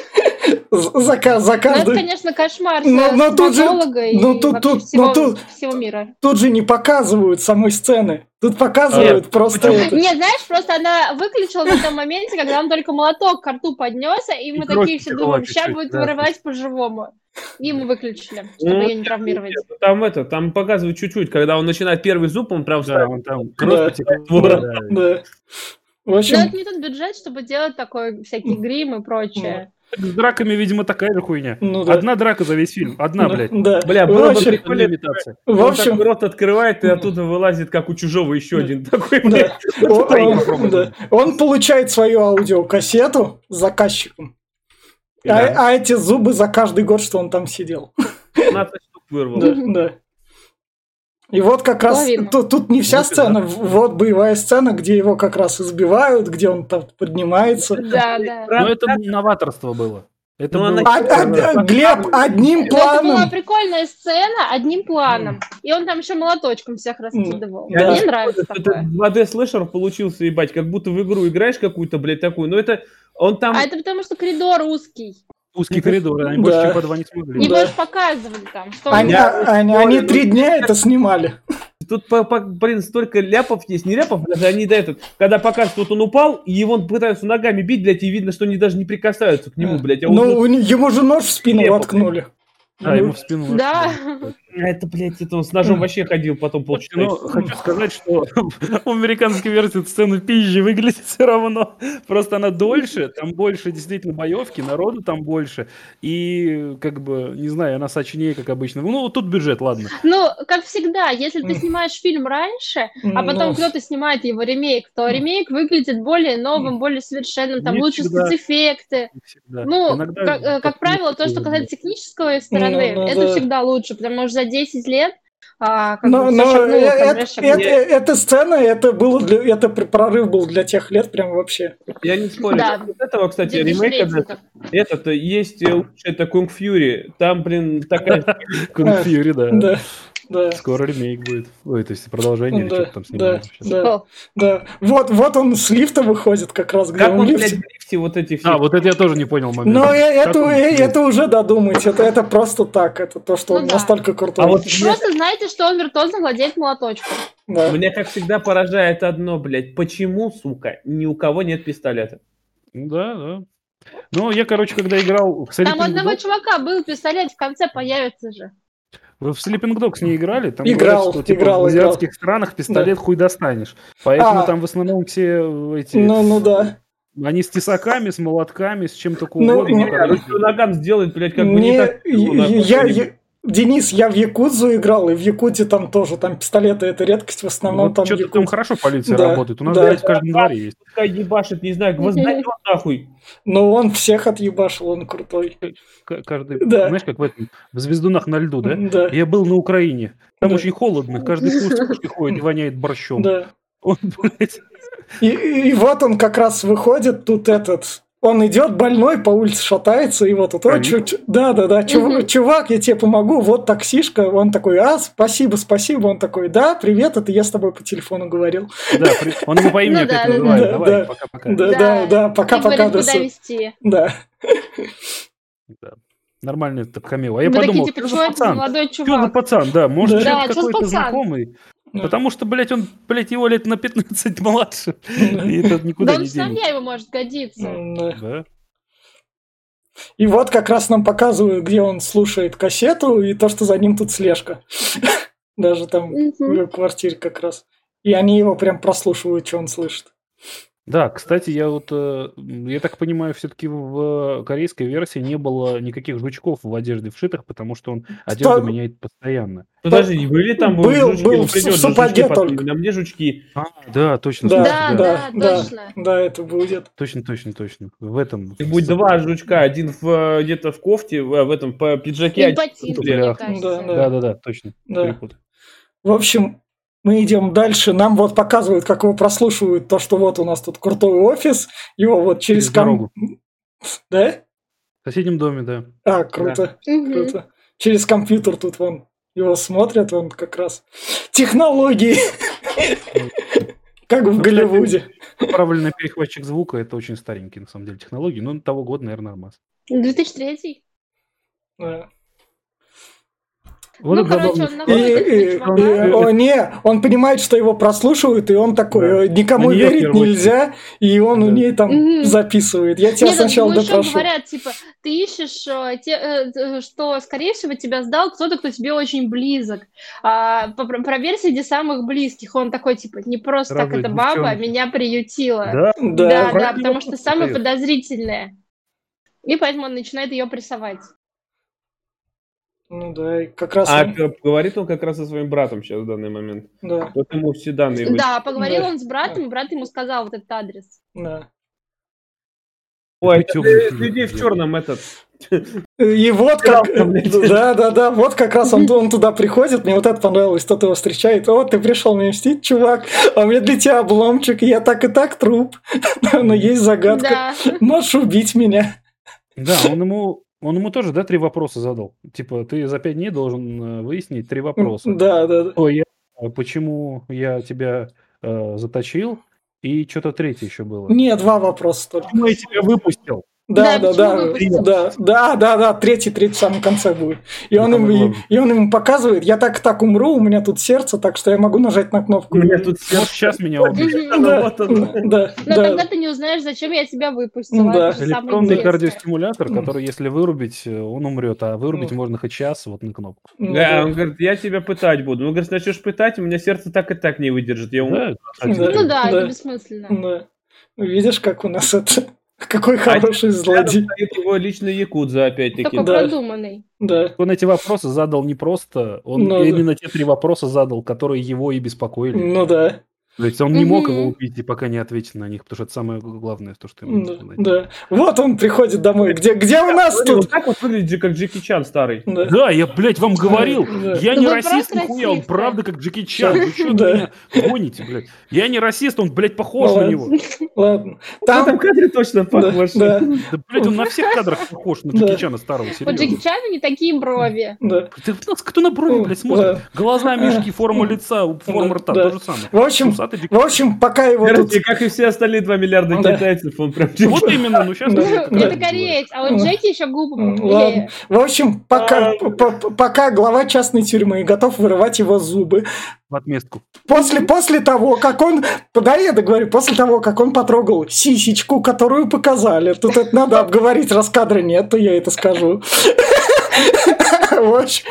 За Ну, это, каждый. конечно, кошмар Но тут же- стоматолога и но тут- вообще тут- всего, но тут- всего мира. Тут же не показывают самой сцены. Тут показывают Нет, просто это. Нет, знаешь, просто она выключила в этом моменте, когда он только молоток к рту поднес, и мы И кровь такие все потекла думаем, сейчас чуть-чуть, будет да. вырывать по-живому. И мы выключили, чтобы Ну, ее не травмировать. Там показывают чуть-чуть, когда он начинает первый зуб, он прям Да, вставит. он там Да. кровь потекла. Да. Да. Да. В Но общем, это не тот бюджет, чтобы делать такой всякий грим и прочее. Так с драками, видимо, такая же хуйня. ну да. Одна драка за весь фильм. Одна, блядь. Да. Бля, В было бы общем, прикольно. Имитация. в Он общем, так рот открывает, и оттуда вылазит, как у чужого, еще один такой, да. блядь. Да. Он получает свою аудиокассету с заказчиком. Да. А эти зубы за каждый год, что он там сидел. 15 штук вырвал. Да. И вот как раз Половину. тут не вся Ну, сцена, вот боевая сцена, где его как раз избивают, где он там поднимается. Да, да. Но это новаторство было. Это Ну, было... она- Глеб, одним Но это была планом. прикольная сцена одним планом. И он там еще молоточком всех раскидывал. Да. Мне нравится Это такое. 2D-слэшер получился, ебать, как будто в игру играешь какую-то, блядь, такую. Но это... Он там... А это потому, что коридор узкий. Узкий коридор, они Да. больше, чем по два не смогли. Его Да. же показывали там. Что Они 3 дня это снимали. Тут, блин, столько ляпов есть. Не ляпов, даже они до этого. Когда показывают, вот он упал, и его пытаются ногами бить, блядь, и видно, что они даже не прикасаются к нему, блядь. А он, Ну, ему же нож в спину Лепо. воткнули. Да, ему в спину. Да. это, блядь, это он с ножом вообще ходил потом полчаса. Ну, хочу сказать, что в американской версии сцена пизжи выглядит все равно. Просто она дольше, там больше действительно боевки, народу там больше. И, как бы, не знаю, она сочнее, как обычно. Ну, вот тут бюджет, ладно. Ну, как всегда, если ты снимаешь фильм раньше, а потом Ну. кто-то снимает его ремейк, то ремейк выглядит более новым, более совершенным, там Не лучше всегда. спецэффекты. Не всегда. Ну, Иногда как правило, то, что касается технической стороны, Ну, это да. всегда лучше, потому что за 10 лет Но шагнула в прогресс, шагнула. эта сцена, это прорыв был для тех лет прям вообще. Я не спорю. Да. Вот этого, кстати, ремейк есть лучший, это Kung Fury. Там, блин, такая... Kung Fury, да. Да. Скоро ремейк будет. Ой, то есть продолжение или что-то там с ним будет вообще. Да. Вот он с лифта выходит как раз, где Как он он, в блядь, лифте. в лифте вот эти все... Вот это я тоже не понял момент. Но это уже додумать. Это просто так. Это то, что он настолько крутой. Просто знаете, что он виртуозно владеет молоточком. Да. Меня, как всегда, поражает одно, блядь. Почему, сука, ни у кого нет пистолета? Да. Ну, я, короче, когда играл... Там у одного чувака был пистолет, в конце появится же. Вы в Sleeping Dogs не играли? Там Играл. в азиатских странах пистолет хуй достанешь. Поэтому там в основном все эти... Ну да. Они с тесаками, с молотками, с чем только угодно. Наган сделает, блядь, как бы не так... Денис, я в Якудзу играл, и в Якуте там тоже, там пистолеты, это редкость, в основном там что-то там хорошо полиция работает. У нас, да. блядь, в каждом дворе есть. Пускай ебашит, не знаю, гвоздайдет нахуй. Но он всех отъебашил, он крутой. Каждый, знаешь, как в «Звездунах на льду», да? Да. Я был на Украине, там очень холодно, каждый в куртке ходит и воняет борщом. Да. Он, блядь... И вот он как раз выходит, тут он идет больной, по улице шатается, и вот тут, да, чувак, я тебе помогу, вот таксишка, он такой, спасибо, он такой, да, привет, это я с тобой по телефону говорил. Да, он ему по имени опять называет, давай, пока-пока. Да, пока-пока. Куда везти. Да. Нормальный это камео. А я подумал, что за пацан? Молодой чувак. Что за пацан, да, может, да, какой-то знакомый. Потому что, блядь, его лет на 15 младше. И это никуда не денется. Да он сыновья его может годиться. Да. И вот как раз нам показывают, где он слушает кассету, и то, что за ним тут слежка. Даже там в его квартире как раз. И они его прям прослушивают, что он слышит. Да, кстати, я так понимаю, все-таки в корейской версии не было никаких жучков в одежде вшитых, потому что он одежду меняет постоянно. Подожди, были там был суппагет только. На мне жучки. Да, точно. Да, точно. Да, это будет. Точно. В этом. Будет два жучка, один где-то в кофте, в этом по пиджаке. И ботинки, мне кажется. Да, точно. В общем, мы идем дальше. Нам вот показывают, как его прослушивают, то, что вот у нас тут крутой офис. Его вот через дорогу. Да? В соседнем доме, да. Круто. Круто. Через компьютер тут вон его смотрят, он как раз технологии. Как в Голливуде. Правильный перехватчик звука, это очень старенький, на самом деле, технологии. Но того года, наверное, нормас. 2003. Да. Вот он понимает, что его прослушивают, и он такой, никому верить нельзя, и он у ней там записывает. Я тебя сначала допрошу. Говорят, типа, ты ищешь, что, скорее всего, тебя сдал кто-то, кто тебе очень близок. Проверь среди самых близких. Он такой, типа, не просто так эта баба меня приютила. Да, потому что самая подозрительная. И поэтому он начинает ее прессовать. Ну да, и как раз... говорит он как раз со своим братом сейчас в данный момент. Да. Вот ему все данные... Да, поговорил он с братом, и брат ему сказал вот этот адрес. Да. Ой, это людей в черном этот... И вот как... Да, вот как раз он туда приходит, мне вот это понравилось, кто-то его встречает. Вот, ты пришел меня мстить, чувак, а у меня для тебя обломчик, я так и так труп. Но есть загадка. Можешь убить меня. Да, он ему тоже, 3 вопроса задал. Типа, ты за 5 дней должен выяснить 3 вопроса. Да. Почему я тебя заточил? И что-то 3 еще было. Нет, 2 вопроса только. Почему я тебя выпустил? Да, 3 в самом конце будет. И он ему показывает, я так умру, у меня тут сердце, так что я могу нажать на кнопку. У меня тут сердце, сейчас меня убьют. Но тогда ты не узнаешь, зачем я тебя выпустил. Электронный кардиостимулятор, который, если вырубить, он умрет, а вырубить можно хоть час, вот на кнопку. Да, он говорит, я тебя пытать буду. Он говорит, начнешь пытать, у меня сердце так и так не выдержит. Я умру. Ну да, это бессмысленно. Видишь, как у нас это... Какой хороший злодей. Его личный якудза, опять-таки. Такой продуманный. Да. Он эти вопросы задал не просто, он именно те 3 вопроса задал, которые его и беспокоили. Ну да. То есть он не мог его Мгм. убить, и пока не ответит на них, потому что это самое главное, то, что ему Да, нужно найти. да. Вот он приходит домой. Где у нас Смотри, вот тут? так вот выглядит, как Джеки Чан старый. Да. Да, я, блядь, вам говорил, Да. я Ну не вы расист, просто нихуя, он расисты. правда как Джеки Чан. Вы что Да. меня гоните, блядь? Я не расист, он, блядь, похож Ну на ладно. него. Ладно. В этом Там, кадре точно да, похож. да, Да, блядь, он на всех кадрах похож на Да. Джеки Чана старого, У Джеки серьезно. Чана не такие брови. да. Ты в нас кто на брови, блядь, смотрит? Да. Глаза, мешки, форма лица, форма рта, Да. то же самое. В общем, Усатый Джеки в общем, пока его тут... Короче, как и все остальные 2 миллиарда Да. китайцев, он прям Чан. Вот именно, ну сейчас... Да. Это кореец, а вот Джеки еще губы Ладно. побелее. В общем, пока глава частной тюрьмы готов вырывать его зубы, В отместку. после того, как он... Да, я договорю, после того, как он потрогал сисечку, которую показали. Тут это надо обговорить, раз кадра нет, то я это скажу. В общем,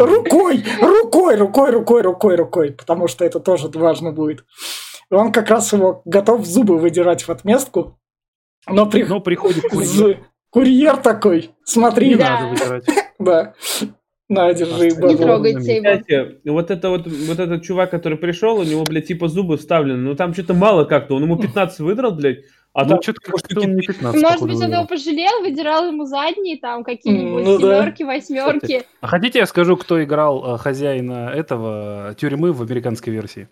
рукой, потому что это тоже важно будет. Он как раз его готов зубы выдирать в отместку, но приходит курьер. курьер такой, смотри, Не Да. надо вытирать. да, на, держи, Не базу. трогайте его. Кстати, вот этот чувак, который пришел, у него, блядь, типа зубы вставлены, но там что-то мало как-то, он ему 15 выдрал, блядь, а Ну, там что-то может, как-то он не 15, Может походу, быть, он выиграл. его пожалел, выдирал ему задние, там, какие-нибудь Ну да. семерки, восьмерки. А хотите, я скажу, кто играл хозяина этого тюрьмы в американской версии?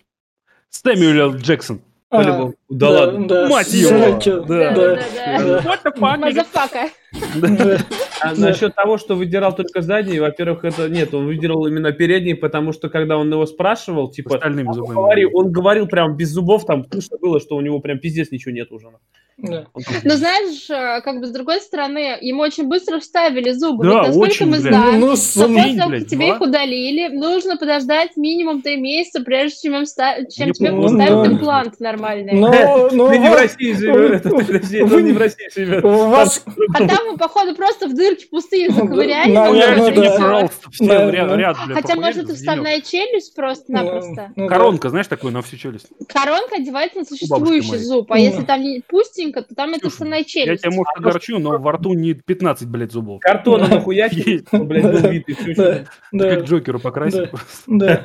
Сэмюэл Джексон. по-любому. Да ладно. Да, Мать его! Сёрки, Да. да. What the fuck, nigga? Мазафака. Да. А насчет того, что выдирал только задние, во-первых, это нет, он выдирал именно передние, потому что когда он его спрашивал, типа, Остальными зубами. он говорил прям без зубов, там слышно было, что у него прям пиздец ничего нет уже. Да. Но знаешь, как бы с другой стороны, ему очень быстро вставили зубы. Да, Ведь насколько очень, мы блядь. знаем, Ну, что день, после того, блядь, как тебе два. их удалили, нужно подождать минимум 3 месяца, прежде чем тебе Ну, поставят да. имплант нормальный. Ну, Ты не в вот России живешь, подожди, вы он не не- в России живет. у вас... А там мы, походу, просто в дырки пустые заковыряли. Наверное, может, и да. всё. Пожалуйста, все Наверное. ряд, блядь, Хотя, может, похуярили это за денёк. вставная челюсть просто-напросто. Ну, да. Коронка, знаешь, такую на всю челюсть. Коронка одевается на бабушки существующий моей. зуб, а Ну. если там не пустенько, то там это Слушай, вставная Я челюсть. тебя, может, огорчу, но во рту не 15, блядь, зубов. Картона нахуячили, чтобы, блядь, был вид, и всё, Да, да, Как Джокеру покрасить. да.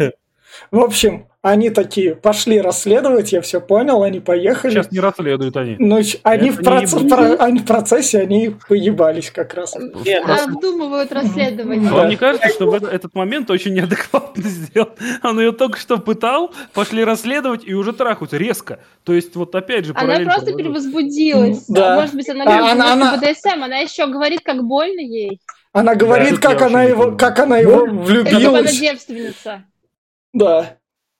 В общем, они такие пошли расследовать, я все понял, они поехали. Сейчас не расследуют они. Ну, они Это в, они в процессе, они поебались как раз. Нет, Обдумывают расследование. Вам не кажется, что этот момент очень неадекватно сделан? Он ее только что пытал, пошли расследовать и уже трахаются резко. То есть вот опять же Она параллель просто провожу. перевозбудилась. Да. Может быть, она А, любит она- БДСМ, она еще говорит, как больно ей. Она говорит, это я как она вообще не его, понимаю. как она его Как она влюбилась. девственница. Да.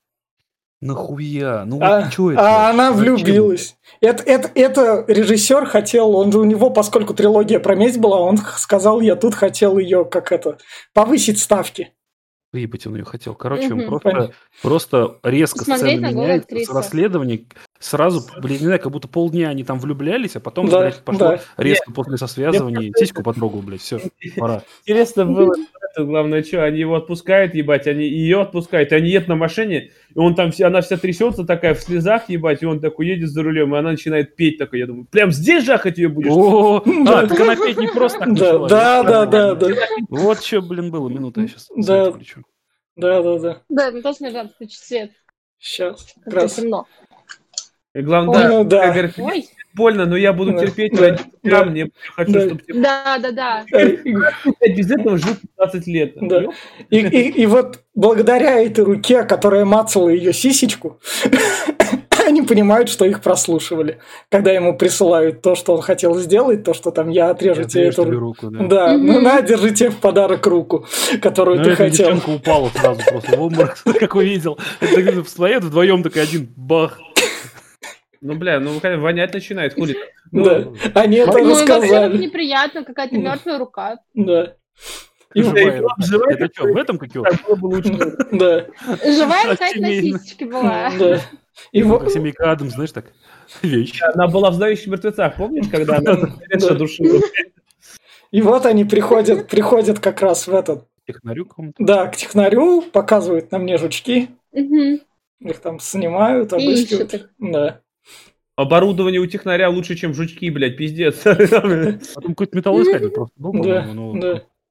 Нахуя? Ну А, вот что это? а она Зачем? влюбилась. Это режиссер хотел, он же у него, поскольку трилогия про месть была, он сказал, я тут хотел ее повысить ставки. Выебать он ее хотел. Короче, он Мгм. просто резко Посмотреть сцена на голую меняется с актрису. расследований. Сразу, блин, не знаю, как будто полдня они там влюблялись, а потом, Да, блядь, пошло да. резко после сосвязывания. Сиську потрогал, блядь, все, пора. интересно было, это главное, что, они его отпускают, ебать, они ее отпускают, и они едут на машине, и он там, она вся трясется такая в слезах, ебать, и он такой едет за рулем, и она начинает петь такой, я думаю, прям здесь жахать ее будешь? О, так она петь не просто так Да, начала. да. Вот что, блин, было. Минута, я сейчас Да. включу. Да. Да, мне тоже надо включить свет. Сейчас. Как Как-то раз. темно. И главное, Ой, да. как говорит, Ой. больно, но я буду Да, терпеть, да, ради тебя, да. мне хочу, Да. чтобы тебе... Да. Я без этого жил 15 лет. Да. И вот благодаря этой руке, которая мацала ее сисечку, они понимают, что их прослушивали. Когда ему присылают то, что он хотел сделать, то, что там я отрежу тебе Отрежь эту тебе руку. руку, да. Да, Мгм. ну на, держи тебе в подарок руку, которую Ну, ты эта хотел. девчонка упала сразу просто в обморок, как увидел. Это стоят вдвоем такой один, бах. Ну, бля, ну, конечно, вонять начинает, хули. Ну, Да, они это Ну, и во-первых, рассказали. неприятно, какая-то мертвая рука. Да. И Живая и рука. живая Это что, в этом как его? так было бы лучше. Да, Живая Как какая-то на семейно. сисечке была. да. И Как вот, семейка Адамс, знаешь, так? Вещь. Она была в «Знающих мертвецах», помнишь, когда она Да. душила? и вот они приходят как раз в этот, Технарю какому-то. да, к технарю, показывают на мне жучки, Мгм. их там снимают, И обыскивают. ищут их. Да. Оборудование у технаря лучше, чем жучки, блядь, пиздец. Потом какой-то металлоискатель просто был, Да, по-моему. Ну, да.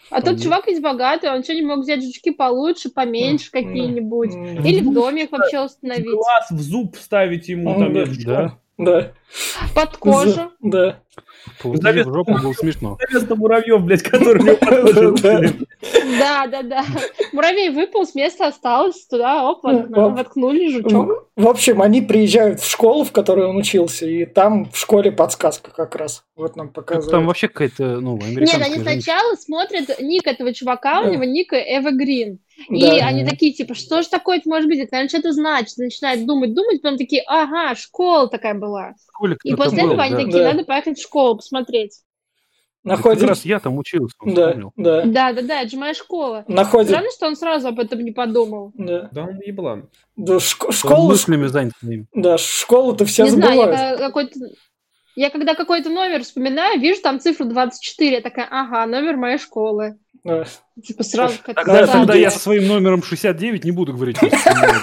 А тот чувак ведь богатый, он что, не мог взять жучки получше, поменьше какие-нибудь? М. Или в домик вообще установить? Глаз в зуб вставить ему, там, я Да. Да. Под кожу? Да. Получили в жопу, было смешно. вместо муравьев, блядь, которые у него под кожей росли. Да. Муравей выполз, место осталось, туда, оп, воткнули жучок. В общем, они приезжают в школу, в которой он учился, и там в школе подсказка как раз. Вот нам показывают. Там вообще какая-то, ну, Нет, американская они женщина. сначала смотрят ник этого чувака, у него ник Evergreen. И Да. они такие, типа, что же такое это может быть? Это, наверное, что-то значит. Начинают думать, потом такие, ага, школа такая была. В школе И кто-то после был, этого они да. такие, Да. надо поехать в школу, посмотреть. Как Находит... раз я там учился, Да, вспомнил. да. Да, это же моя школа. Находит... Странно, что он сразу об этом не подумал. Да. Да он еблан. Да, Он школу... мыслями занят с ним. Да, школу-то все Не знаю, забывают. я когда какой-то номер вспоминаю, вижу там цифру 24, я такая, ага, номер моей школы. Да. Типа сразу какая-то Тогда ностальгия. я со своим номером 69 не буду говорить. Что вспоминаю.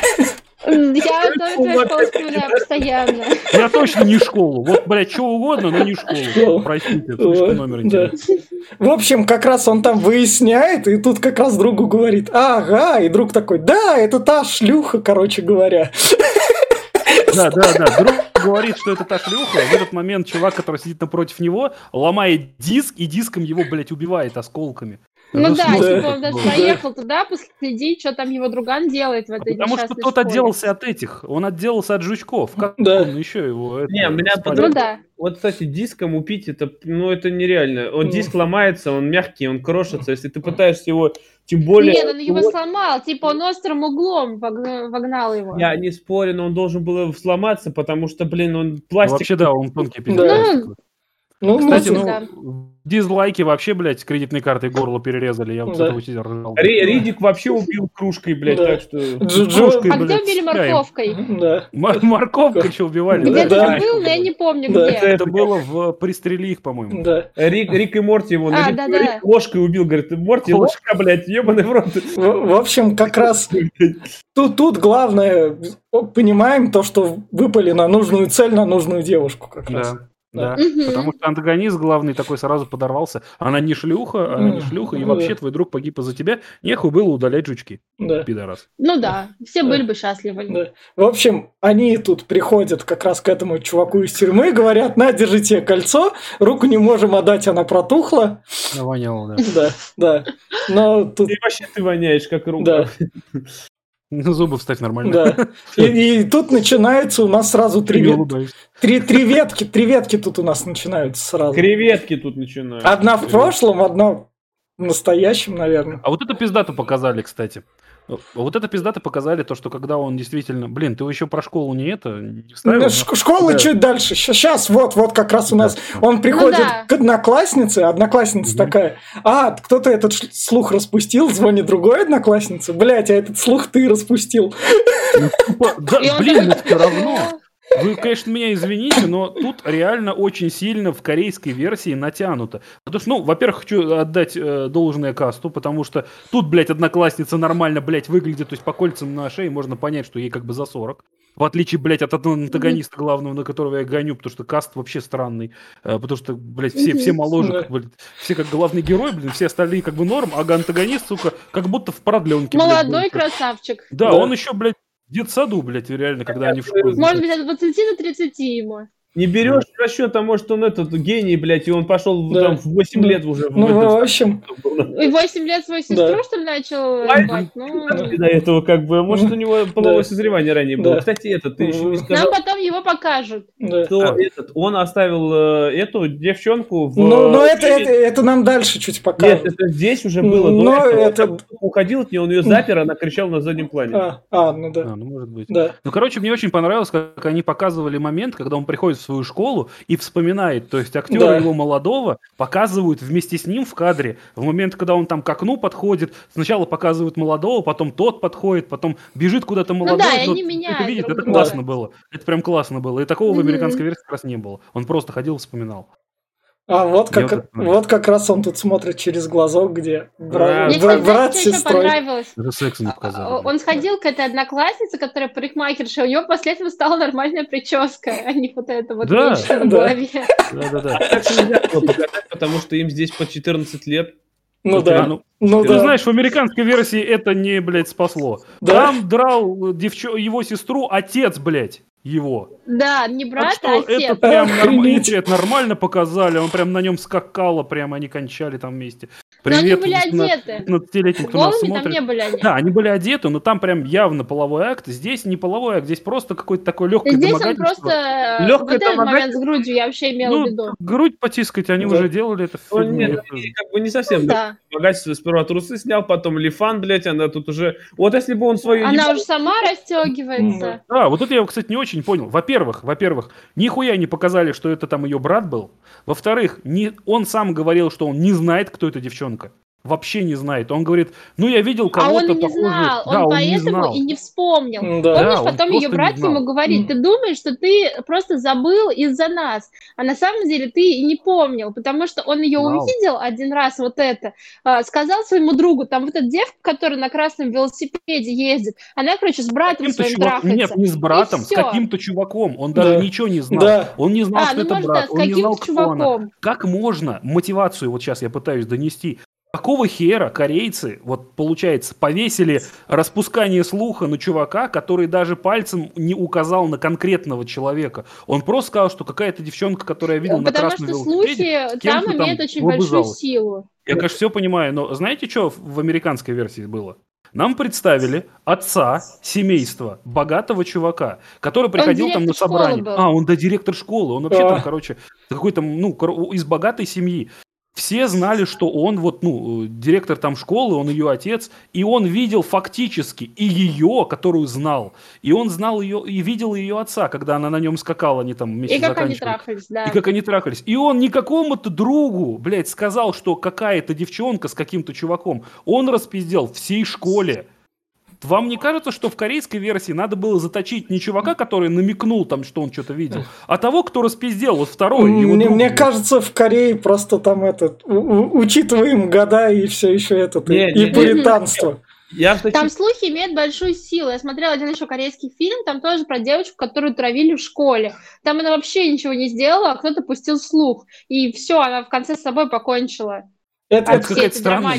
Я твою школу вспоминаю постоянно. Я точно не школу. Вот, блядь, что угодно, но не школу. Школу. Простите, слишком номер Да. интересный. В общем, как раз он там выясняет, и тут как раз другу говорит, ага, и друг такой, да, это та шлюха, короче говоря. Да. Друг говорит, что это та шлюха. В этот момент чувак, который сидит напротив него, ломает диск и диском его, блядь, убивает осколками. Ну да, смешно типа он даже было. поехал туда последить, что там его друган делает в этой Потому что несчастной тот школе. отделался от этих. Он отделался от жучков. Как Да. он еще его... Не, меня спалил? Ну да. Вот, кстати, диском убить, это нереально. Диск ломается, он мягкий, он крошится. Если ты пытаешься его, тем более... Нет, он его сломал, типа он острым углом вогнал его. Я не спорю, но он должен был сломаться, потому что, блин, он Ну, пластик... вообще, да, он тонкий пиздец. Да. пластиковый. Ну, Кстати, ну, ну, да. дизлайки вообще, блядь, кредитной картой горло перерезали. Я вот Да. этого сидел ржал. Ридик вообще убил кружкой, блядь, Да. так что... Кружкой, А где блядь, убили стреляем. морковкой? Да. Морковкой что убивали? Где Да. это был, но я не помню Да. где. Это было в «Пристрели их», по-моему. Да. Рик и Морти его А, Рик да-да. ложкой убил, говорит, Морти, ложка, блядь, ебаный в рот. В общем, как раз тут главное, понимаем то, что выпали на нужную цель, на нужную девушку как раз. Да. Мгм. Потому что антагонист главный такой сразу подорвался. Она не шлюха, и вообще твой друг погиб из-за тебя. Нехуй было удалять жучки, Да. пидорас. Ну да, все Да. были бы счастливы. Да. В общем, они тут приходят как раз к этому чуваку из тюрьмы, говорят, на, держите кольцо, руку не можем отдать, она протухла. Навонял, да. Да. Но тут... И вообще ты воняешь, как рука. Да. Ну, зубы встать нормально. Да. И тут начинается у нас сразу Ты не три улыбаешься. ветки тут у нас начинаются сразу. Креветки тут начинают. Одна в прошлом, одна в настоящем, наверное. А вот это пиздато показали, кстати. Вот это пиздато показали, то, что когда он действительно... Блин, ты еще про школу не вставил? Ну, но- школа Да. чуть дальше. Сейчас, вот как раз у нас... Да. Он приходит да. к однокласснице, одноклассница такая, кто-то этот слух распустил, звонит другой однокласснице, блять, а этот слух ты распустил. Да, И он блин, но такой, все равно. Вы, конечно, меня извините, но тут реально очень сильно в корейской версии натянуто. Потому что, ну, во-первых, хочу отдать должное касту, потому что тут, блядь, одноклассница нормально, блядь, выглядит, то есть по кольцам на шее можно понять, что ей как бы за 40. В отличие, блядь, от антагониста главного, на которого я гоню, потому что каст вообще странный. Потому что, блядь, все моложе, Да. как, блядь, все как главный герой, блин, все остальные как бы норм, а антагонист, сука, как будто в продленке. блядь, Молодой был. красавчик. Да, Да. он еще, блядь, в детсаду, блядь, реально, когда они в школе. Может быть, от 20 до 30 ему. Не берешь в расчет, а может он этот гений, блядь, и он пошел Да. там в 8 Да. лет уже. Ну, в общем, И 8 лет свою сестру, Да. что ли, начал Ай, ебать? Ну, До этого как бы, может у него половое Да. созревание ранее было. Да. Кстати, ты еще не Нам сказал, нам потом его покажут. да. что он оставил эту девчонку в... Ну, это нам дальше чуть Нет, покажут. это здесь уже было. До Но этого. это- Он уходил от нее, он ее запер, она кричала на заднем плане. Ну да. Ну, может быть. Да. Ну, короче, мне очень понравилось, как они показывали момент, когда он приходит в свою школу и вспоминает, то есть актера Да. его молодого показывают вместе с ним в кадре. В момент, когда он там к окну подходит, сначала показывают молодого, потом тот подходит, потом бежит куда-то молодой. да, и Ну, они меняют это видите, друг это друга. классно было. Это прям классно было. И такого в Мгм. американской версии как раз не было. Он просто ходил и вспоминал. А вот Я вот как, это нравится. вот как раз он тут смотрит через глазок, где Да. Мне, брат кстати, с знаете, что еще сестрой. понравилось? Даже секса не показали. Он сходил к этой однокласснице, которая парикмахерша, у него после этого стала нормальная прическа, а не вот это вот Да, меньше на да. голове. Да-да-да. Так нельзя было показать, потому что им здесь по 14 лет. Ну Вот да. я, Ну Ты да. знаешь, в американской версии это не, блядь, спасло. Да? Там драл его сестру отец, блядь, его. Да, не Так брат, что а это отец. прям Охренеть. это нормально показали. Он прям на нем скакал, прям они кончали там вместе. Но они Привет были одеты. 15-летним, кто нас Голыми там не смотрит. были они. Да, они были одеты, но там прям явно половой акт. Здесь не половой акт, здесь просто какое-то такое легкое Здесь он домогательство. просто... Лёгкое Вот этот момент с грудью я вообще имела в Ну, виду. грудь потискать, они Да. уже делали это в Ну, фильме. нет, Это- и как бы не совсем. Да. Богатство сперва трусы снял, потом лифан, блядь, она тут уже... Вот если бы он свою... Она уже сама расстегивается. Да, вот это я, кстати, не очень понял. Во-первых, нихуя не показали, что это там ее брат был. Во-вторых, он сам говорил, что он не знает, кто эта девчонка. Вообще не знает. Он говорит, ну я видел А кого-то он и не похожего. знал, Да, он он не поэтому знал. и не вспомнил. Да. Помнишь, Да, он потом ее просто не брат знал. ему говорит, ты думаешь, что ты просто забыл из-за нас, а на самом деле ты и не помнил, потому что он ее Знал. увидел один раз, вот это, сказал своему другу, там вот эта девка, которая на красном велосипеде ездит, она, короче, с братом Каким-то своим чуваком. трахается. Нет, не с братом, И с всё. каким-то чуваком. Он даже Да. ничего не знал. Да. Он не знал, что ну это может, брат. да, с Он не знал, каким-то кто она. чуваком. Как можно мотивацию, вот сейчас я пытаюсь донести, какого хера корейцы, вот получается, повесили распускание слуха на чувака, который даже пальцем не указал на конкретного человека. Он просто сказал, что какая-то девчонка, которую я видел на Потому красном что велосипеде, слухи с кем-то там имеют очень большую лобызалась. силу. Я, конечно, все понимаю, но знаете, что в американской версии было? Нам представили отца семейства, богатого чувака, который приходил там на директор школы собрание. был. Он, да, директор школы. Он вообще А. там, короче, какой-то, из богатой семьи. Все знали, что он директор там школы, он ее отец, и он видел фактически и ее, которую знал, и он знал ее, и видел ее отца, когда она на нем скакала, они там вместе И как они заканчивали. трахались, да. И как они трахались. И он не какому-то другу, блядь, сказал, что какая-то девчонка с каким-то чуваком. Он распиздел всей школе. Вам не кажется, что в корейской версии надо было заточить не чувака, который намекнул там, что он что-то видел, а того, кто распиздел, вот второй. его друг Мне был. кажется, в Корее просто там учитываем года и все еще и пуританство. Там слухи имеют большую силу. Я смотрела один еще корейский фильм, там тоже про девочку, которую травили в школе. Там она вообще ничего не сделала, а кто-то пустил слух. И все, она в конце с собой покончила. Это какая-то странная.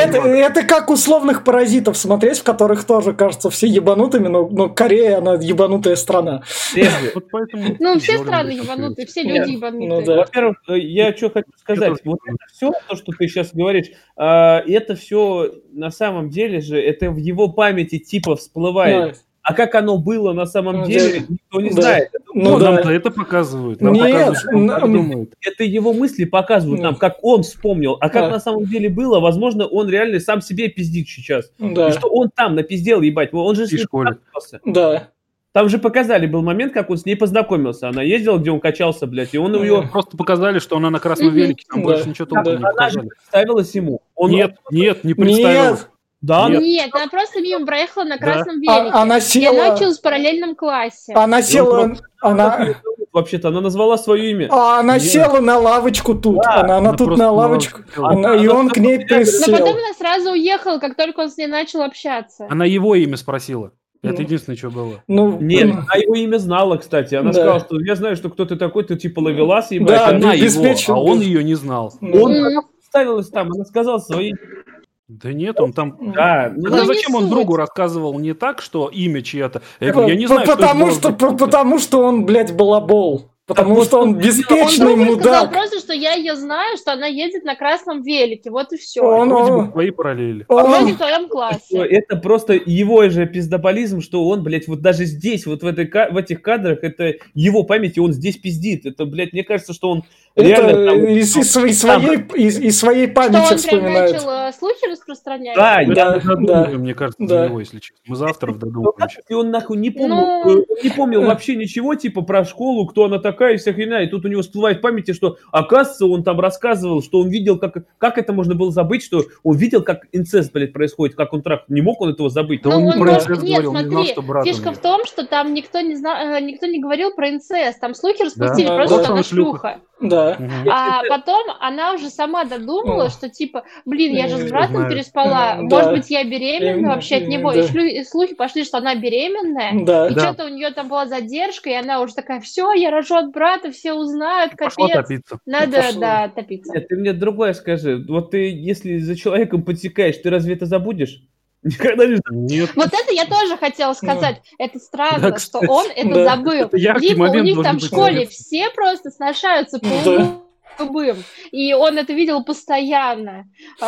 Это как условных паразитов смотреть, в которых тоже кажется все ебанутыми, но Корея, она ебанутая страна. Вот поэтому Ну, все тяжело страны будет ебанутые, все Нет. люди ебанутые. Ну да. Во-первых, я что хочу сказать. тоже Вот это все, то, что ты сейчас говоришь, это все на самом деле же, это в его памяти типа всплывает. А как оно было на самом деле, никто не знает. Ну нам да. это показывают. Нет, Показывают, что он так думает. Это его мысли показывают нам, как он вспомнил. А как на самом деле было, возможно, он реально сам себе пиздит сейчас. Да. И что он там напиздел, ебать. Он же с И ней школе. познакомился. Да. Там же показали, был момент, как он с ней познакомился. Она ездила, где он качался, блядь, и он ее... Просто показали, что она на красном велике, там Да. больше ничего толком не Она же показали. представилась ему. Он... Нет, не представилась. Нет. Да, Нет, она просто мимо проехала на красном велике. Она И она села. училась в параллельном классе. Она села. Вообще-то она назвала свое имя. Она Нет. села на лавочку тут. Да, Она тут просто на на лавочку. лавочку И он к ней Но присел. потом она сразу уехала, как только он с ней начал общаться. Она его имя спросила. Это Ну. единственное, что было. Нет, она его имя знала, кстати. Она Да. сказала, что я знаю, что кто ты такой, ты типа ловелас, ебать. Да, Она его, беспечно, а он без- ее не знал. Он представилась там, она сказала свои... Да нет, он там... Да, Ну, Тогда не зачем он суть. другу рассказывал не так, что имя чье-то? Я говорю, я не знаю, что это было за девчонка. Потому что он, блядь, балабол. Потому что он Он беспечный другу сказал мудак. просто, что я ее знаю, что она ездит на красном велике. Вот и все. Вроде бы твои параллели. Вроде в твоем классе. Это просто его же пиздополизм, что он, блядь, вот даже здесь, вот в этих кадрах, это его память, и он здесь пиздит. Это, блядь, мне кажется, что он реально Это там... из своей Что памяти он прям вспоминает. начал слухи распространять? Да, Мы Да, додумываем, мне кажется, да. за него, если честно. Мы за авторов Ну, додумываем. и он нахуй не помнил, Ну. не помнил вообще ничего, типа, про школу, кто она такая и вся хрена. И тут у него всплывает в памяти, что, оказывается, он там рассказывал, что он видел, как это можно было забыть, что он видел, как инцест, блядь, происходит, как он трах. Не мог он этого забыть. Да он не он про может- инцест Нет, говорил, он не знал, смотри, что брат у фишка него. в том, что там никто не говорил про инцест. Там слухи распустили, Да. просто Просто что она он шлюха. шлюха. Да. А потом она уже сама додумала, что типа, блин, я же с братом знаю. переспала, Да. может быть, я беременна вообще от него. Да. И слухи пошли, что она беременная, Да. и Да. что-то у нее там была задержка, и она уже такая, все, я рожу от брата, все узнают, Пошла капец. топиться. Надо, Пошла. да, топиться. Нет, ты мне другое скажи. Вот ты, если за человеком подсекаешь, ты разве это забудешь? Никогда не забудешь. Нет. Вот это я тоже хотела сказать. Это странно, Да, что кстати. он это Да. забыл. Это яркий Либо у момент них должен там в быть школе интересный. все просто сношаются по Да. любым, и он это видел постоянно.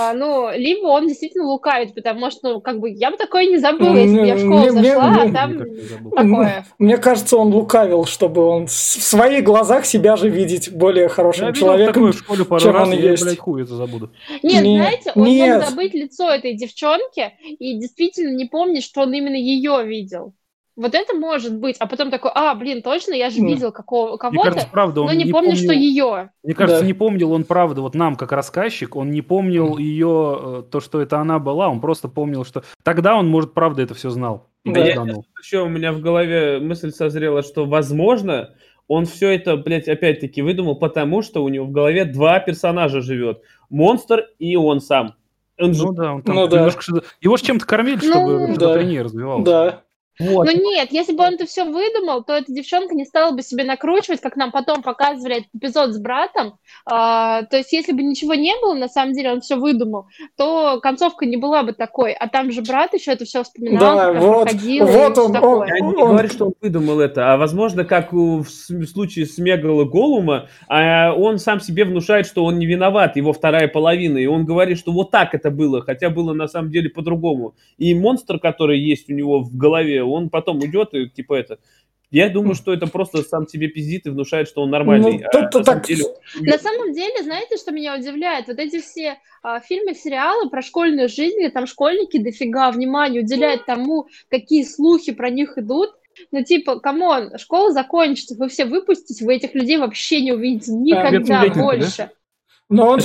Либо он действительно лукавит, потому что, я бы такое не забыла, если бы я в школу зашла, а там Никак не забыл. такое. Мне кажется, он лукавил, чтобы он в своих глазах себя же видеть более Я хорошим видел человеком, такое в школе пару чем раз, он и я, есть. блядь, хуй это забуду. Нет, Нет, знаете, он нет. мог забыть лицо этой девчонки и действительно не помнить, что он именно ее видел. Вот это может быть. А потом такой, точно, я же Да. видел Мне кажется, кого-то, правда, но он не не помню, что помнил. ее. Мне кажется, Да. не помнил он, правда, вот нам, как рассказчик, он не помнил ее, то, что это она была, он просто помнил, что... Тогда он, может, правда это все знал. И Да. пизданул. Еще у меня в голове мысль созрела, что, возможно, он все это, блядь, опять-таки выдумал, потому что у него в голове два персонажа живет. Монстр и он сам. Он же... Ну да, он там Ну да. немножко... Его ж чем-то кормили, чтобы Ну, шизофрения развивалась. Да. Вот. Ну нет, если бы он это все выдумал, то эта девчонка не стала бы себе накручивать, как нам потом показывали этот эпизод с братом. То есть если бы ничего не было, на самом деле он все выдумал, то концовка не была бы такой. А там же брат еще это все вспоминал, Да, как там вот, проходило вот и всё он- такое. Я не Он- говорю, что он выдумал это, а возможно, как в случае с Мегала Голума, он сам себе внушает, что он не виноват, его вторая половина, и он говорит, что вот так это было, хотя было на самом деле по-другому. И монстр, который есть у него в голове, он потом уйдет и типа это... Я думаю, что это просто сам себе пиздит и внушает, что он нормальный. Ну, а тут-то на самом так- деле На самом деле, знаете, что меня удивляет? Вот эти все фильмы, сериалы про школьную жизнь, где там школьники дофига внимания уделяют тому, какие слухи про них идут. Ну, типа, камон, школа закончится, вы все выпустите, вы этих людей вообще не увидите никогда Ветролетники, да? больше. Но он же...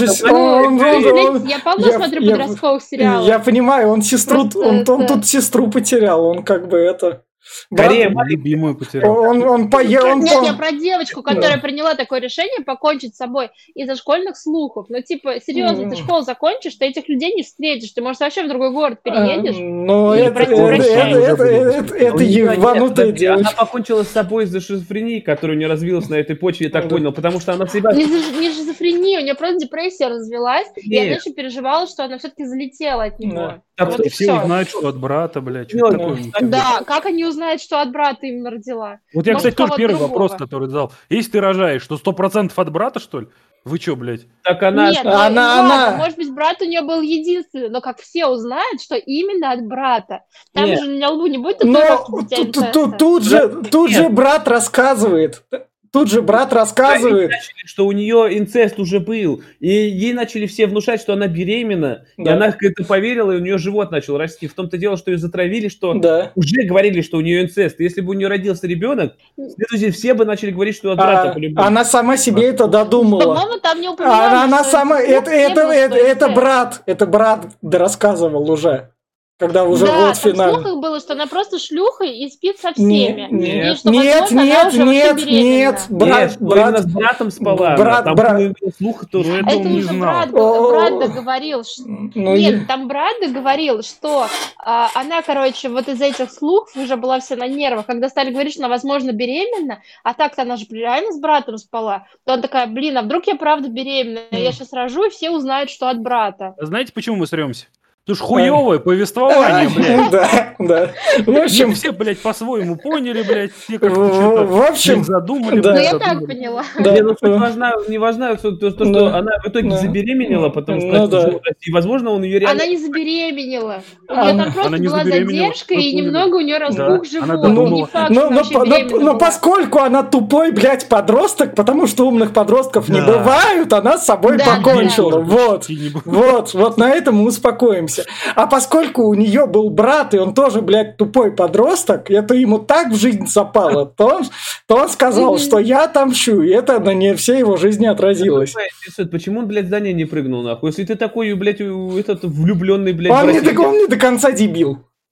Я полно смотрю подростковых сериалов. Я понимаю, он сестру... Просто Он это- тут сестру потерял, он как бы это... Скорее, брат- Любимую потерял. Он поел... Нет, я про девочку, которая приняла такое решение покончить с собой из-за школьных слухов. Ну, типа, серьезно, ты школу закончишь, ты этих людей не встретишь, ты, может, вообще в другой город переедешь. Ну, и это прощаешься. ебанутая Она девочка. покончила с собой из-за шизофрении, которая не развилась на этой почве, я так Да. понял, потому что она всегда... Не шизофрения, у нее просто депрессия развелась, и она Нет. еще переживала, что она все-таки залетела от него. Да. Так Вот что и Все всё. узнают, что от брата, блядь, Ну, что-то да. такое. Да, как они узнают, что от брата именно родила? Вот я, Может, кстати, тоже кого-то первый другого. вопрос, который задал. Если ты рожаешь, что 100% от брата, что ли? Вы что, блядь? Так она... Нет, она- может быть, брат у нее был единственный, но как все узнают, что именно от брата. Там Нет. же на лбу не будет Но татуировки для инцеста. тут же брат рассказывает. Тут же брат рассказывает. Начали, что у нее инцест уже был, и ей начали все внушать, что она беременна, и Да. она это поверила, и у нее живот начал расти. В том-то дело, что ее затравили, что Да. уже говорили, что у нее инцест. Если бы у нее родился ребенок, следовательно, все бы начали говорить, что от брата по-любому. Она сама себе это додумала. По-моему, там не упоминали, Она что сама... инцест не был, что инцест. Это брат рассказывал уже. Когда уже Да, вот там в финал. слухах было, что она просто шлюха и спит со Нет, всеми. нет, И что, возможно, она уже вообще беременна. Нет, что именно с братом спала. брат- Там брат- был именно слух, который... Ну, Это он не уже знал. брат договорил. Ну, Нет, там брат договорил, что она, короче, вот из этих слухов уже была вся на нервах. Когда стали говорить, что она, возможно, беременна, а так-то она же реально с братом спала, то она такая, блин, а вдруг я правда беременна? Я сейчас рожу, и все узнают, что от брата. Знаете, почему мы сремся? Потому что хуевое повествование, блядь. Да. В Все, общем, все, блядь, по-своему поняли, блядь, все как-то в что-то общем, задумали, да. Ну, блядь, я так задумали. поняла. да. Не, ну, не важно, что Да. она в итоге Да. забеременела, потому что Ну, да. живот растет. И, возможно, он ее реально... Она не забеременела. У Она- нее там просто она не была забеременела, задержка, вы и поняли. немного у нее Да, разбух она живот. додумала. Не факт, что она вообще беременна Но была. поскольку она тупой, блядь, подросток, потому что умных подростков не Да. бывают, она с собой Да, покончила. да. Вот. Почти не было. Вот на этом мы успокоимся. А поскольку у нее был брат, и он тоже, блядь, тупой подросток, это ему так в жизнь запало, то он сказал, что я отомщу, и это на не всей его жизни отразилось. Меня интересует, почему он, блядь, за ней не прыгнул, нахуй? Если ты такой, блядь, этот влюбленный, блядь, Он в Россию. не до конца дебил.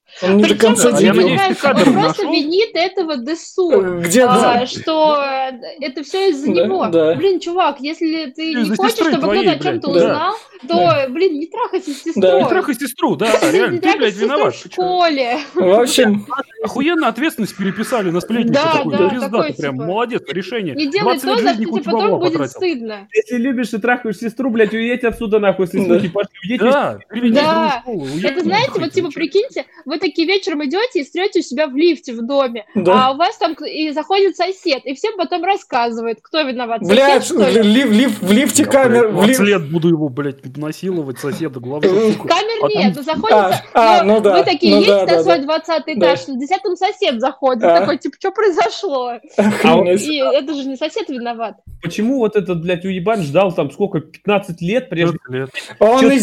Он не до Причем, конца А я мне надеюсь, ты дебил. нравится, кадр он просто нашел? винит этого ДСУ, Где, да, что это все из-за да, него. да, Блин, чувак, если ты не Из-за хочешь, сестры чтобы кто-то твоей, о чем-то блядь, да. узнал, да. то, блин, не трахайся с Да. Не сестрой. трахай сестру, да, Не реально, ты, трахайся блядь, с сестрой виноват. в Ты чё? школе. В общем, Охуенно ответственность переписали на сплетника Да, такой, да, пизда, такой ты прям типа. молодец, решение. Не делай 20 лет то, за жизни что тебе кучу потом бабла будет потратил. стыдно. Если любишь и трахаешь сестру, блядь, уедь отсюда нахуй, если Да. слухи пошли. Уедь вместе. Да, переведись в другую Да, школу, это знаете, вот уехайте. типа прикиньте, вы такие вечером идете и стрете у себя в лифте в доме, да. а у вас там и заходит сосед, и всем потом рассказывает, кто виноват, сосед Блядь, что ли? в лифте Я, камер... блядь, в 20 лиф- лет буду его, блядь, насиловать, соседа, главную суку. Камер А там нет, но заходит, ну да, вы такие ну едете да, на да, свой да. 20-й Да. этаж, на 10-м сосед заходит, А. такой, типа, что произошло? Охренеть. И это же не сосед виноват. Почему вот этот, блядь, уебан ждал там сколько, 15 лет, прежде 20 лет. Он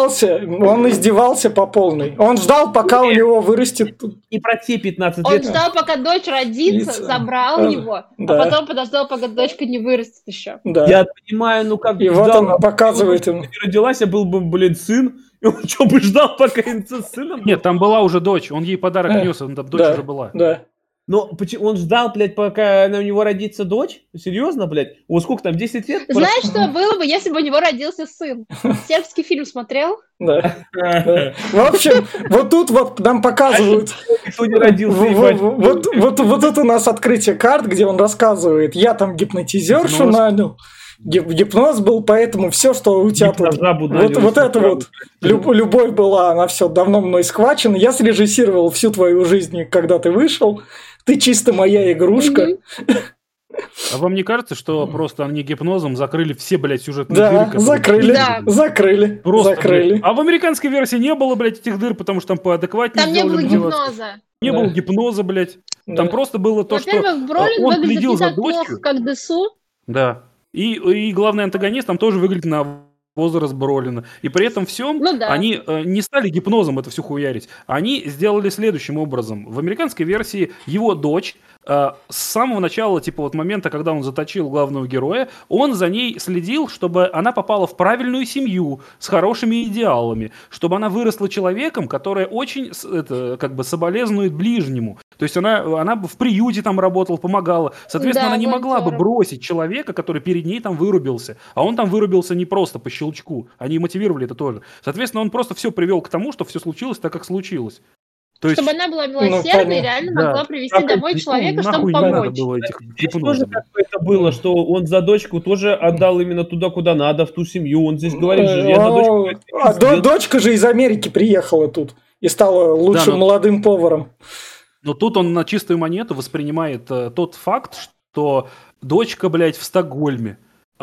издевался по полной. Он ждал, пока у него вырастет... и про те 15 Он лет. ждал, пока дочь родится, Яйца. забрал его, Да. а потом подождал, пока дочка не вырастет еще. Да. Я понимаю, ну как И вот ждал, он показывает если ему. бы не родилась, а был бы, блин, сын, и он что бы ждал, пока с сыном был? Нет, там была уже дочь, он ей подарок Э, нес, там дочь Да, уже была. да. Но почему он ждал, блядь, пока у него родится дочь? Серьезно, блядь? Вот сколько там, 10 лет? Знаешь, что было бы, если бы у него родился сын? Сербский фильм смотрел? Да. Да. В общем, вот тут вот нам показывают... Никто не родился, ебать. Вот тут у нас открытие карт, где он рассказывает, я там гипнотизершу Гипноз. нанял, гипноз был, поэтому все, что у тебя тут... Гипнозабу нанял, Вот это сестра, вот, любовь была, она все давно мной схвачена, я срежиссировал всю твою жизнь, когда ты вышел, ты чисто моя игрушка. Мгм. А вам не кажется, что просто они гипнозом закрыли все, блядь, сюжетные Да, дыры? которые закрыли, Да. закрыли, Просто, закрыли. блядь. А в американской версии не было, блядь, этих дыр, потому что там поадекватнее Там не сделали было мотивацию. гипноза. Не Да. было гипноза, блядь. Там Да. просто было то, что Во-первых, Бролин он выглядит следил не за так плохо, дочерью. как ДСУ. Да. И главный антагонист там тоже выглядит на возраст Бролина. И при этом всем Ну да. они не стали гипнозом это все хуярить. Они сделали следующим образом. В американской версии его дочь с самого начала, типа вот момента, когда он заточил главного героя, он за ней следил, чтобы она попала в правильную семью с хорошими идеалами, чтобы она выросла человеком, который очень как бы соболезнует ближнему. То есть она бы в приюте там работала, помогала. Соответственно, Да, она не могла бы волонтёром. бросить человека, который перед ней там вырубился. А он там вырубился не просто по щелчку. Они мотивировали это тоже. Соответственно, он просто все привел к тому, что все случилось так, как случилось. То есть, Чтобы она была милосердной и понятно. реально Да. могла привести Так, домой никому человека, чтобы нахуй не надо помочь. было этих Здесь тоже гипнозов. как бы это было, что он за дочку тоже отдал именно туда, куда надо, в ту семью. Он здесь говорит же, я за дочку... Дочка же из Америки приехала тут и стала лучшим но- молодым поваром. Но тут он на чистую монету воспринимает тот факт, что дочка, блядь, в Стокгольме.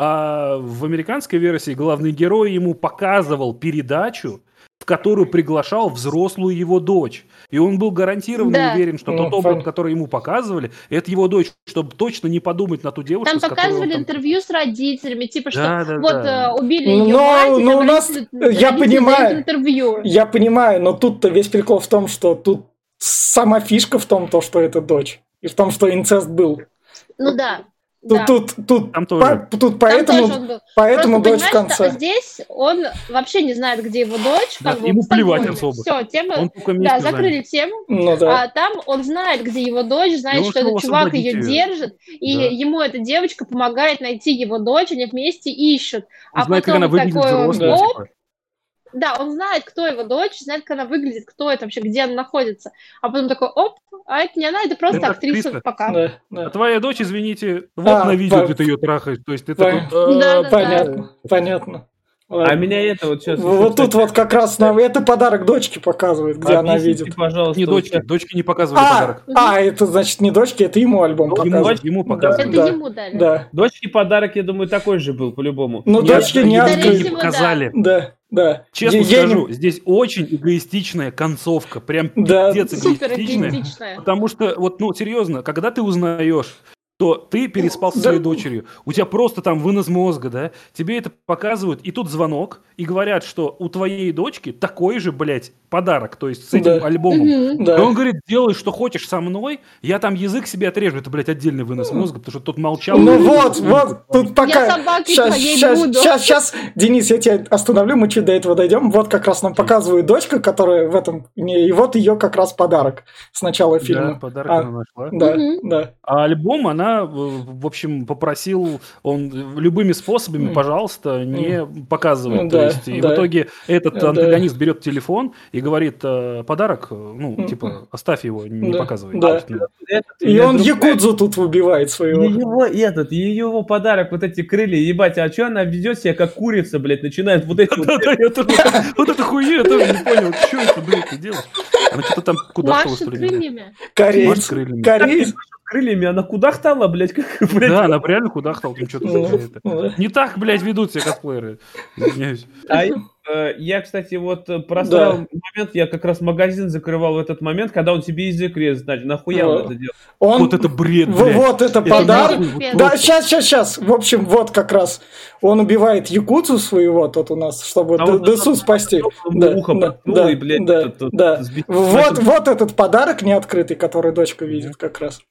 А в американской версии главный герой ему показывал передачу, в которую приглашал взрослую его дочь. И он был гарантированно Да. уверен, что Ну, тот образ, понятно. который ему показывали, это его дочь, чтобы точно не подумать на ту девушку, Там с которой он показывали там... интервью с родителями, типа, что Да, да, вот да. убили Ну, ее но- мать, и но там у нас- родители я понимаю. дают интервью. Я понимаю, но тут-то весь прикол в том, что тут сама фишка в том, то, что это дочь. И в том, что инцест был. Ну да. Тут, да. тут Там тоже. тут Там поэтому, тоже он был. поэтому Просто дочь в понимаешь, конце. здесь он вообще не знает, где его дочь. Да, как бы, ему в Стокгольме. плевать особо. Все, тема... Он только Да, месте закрыли занят. тему. Ну да. А там он знает, где его дочь, знает, И он что этот снова чувак ее освободит её. держит, и Да. ему эта девочка помогает найти его дочь, они вместе ищут. Он А знает, как она потом выглядит такой, взрослой. оп, типа. да, он знает, кто его дочь, знает, как она выглядит, кто это вообще, где она находится. А потом такой, оп, а это не она, это просто Это актриса актриса. пока. Да, А да. твоя дочь, извините, вот А, на видео, по- где ты ее трахаешь. То есть ты по- такой... Да, да, Понятно, понятно. А Ладно. меня это вот сейчас... Вот тут вот как раз это подарок дочке показывает, где она видит. пожалуйста, Не вот дочки, сейчас- дочки не показывали подарок. Это значит не дочке, это ему альбом показывает. Ему Это показывали. Да. ему дали. Да. Дочке подарок, я думаю, такой же был, по-любому. Ну, Нет, дочке не ему Скорее открыли. не всего, показали. Да, да. Честно Я не- скажу, здесь очень эгоистичная концовка. Прям Да. пиздец Супер эгоистичная. эгоистичная. Потому что, вот, ну, серьезно, когда ты узнаешь, то ты переспал со Да. своей дочерью, у тебя просто там вынос мозга, да, тебе это показывают, и тут звонок, и говорят, что у твоей дочки такой же, блядь, подарок, то есть с этим Да. альбомом. Мгм. И Да. он говорит, делай, что хочешь со мной, я там язык себе отрежу. Это, блядь, отдельный вынос мозга, потому что тот молчал. Ну блядь, вот, и- вот, тут пока... Я собакой твоей буду. Сейчас, Денис, я тебя остановлю, мы чуть до этого дойдем. Вот как раз нам показывают дочка, которая в этом... И вот ее как раз подарок с начала Да, фильма. подарок А, она нашла. Да, Мгм. да. А альбом она, в общем, попросил он любыми способами, пожалуйста, не показывать. То Да, есть, и да. в итоге этот Да. антагонист берет телефон и говорит, подарок, ну, Мгм. типа, оставь его, не Да, показывай. да. То есть, ну, Этот, у И меня он друг- якудзу тут убивает своего. его подарок, вот эти крылья, ебать, а что она ведет себя как курица, блядь, начинает вот эти вот... Да-да, я тоже вот эту хуйню, я тоже не понял, что это, блядь, ты делаешь? Она что-то там кудахтала, Машет что ли? не знаю. крыльями. Кореец. Машет крыльями. Кореец. Крыльями, она кудахтала, блядь, как, блядь. Да, она реально кудахтала, там что-то Ну, какая-то. да. Не так, блядь, ведут себя косплееры. Извиняюсь. А я, кстати, вот просрал момент, я как раз магазин закрывал в этот момент, когда он себе язык резает, значит, нахуя он это делал? Он... Вот это бред, блядь. Вот это Это подарок. нахуй, вот Да, просто. сейчас. В общем, вот как раз он убивает якудзу своего, тот у нас, чтобы А он Десу спасти. ему Да, ухо да, проткнул, да, и, блядь, да, этот да. сбить. Вот этот подарок неоткрытый, который дочка видит как раз.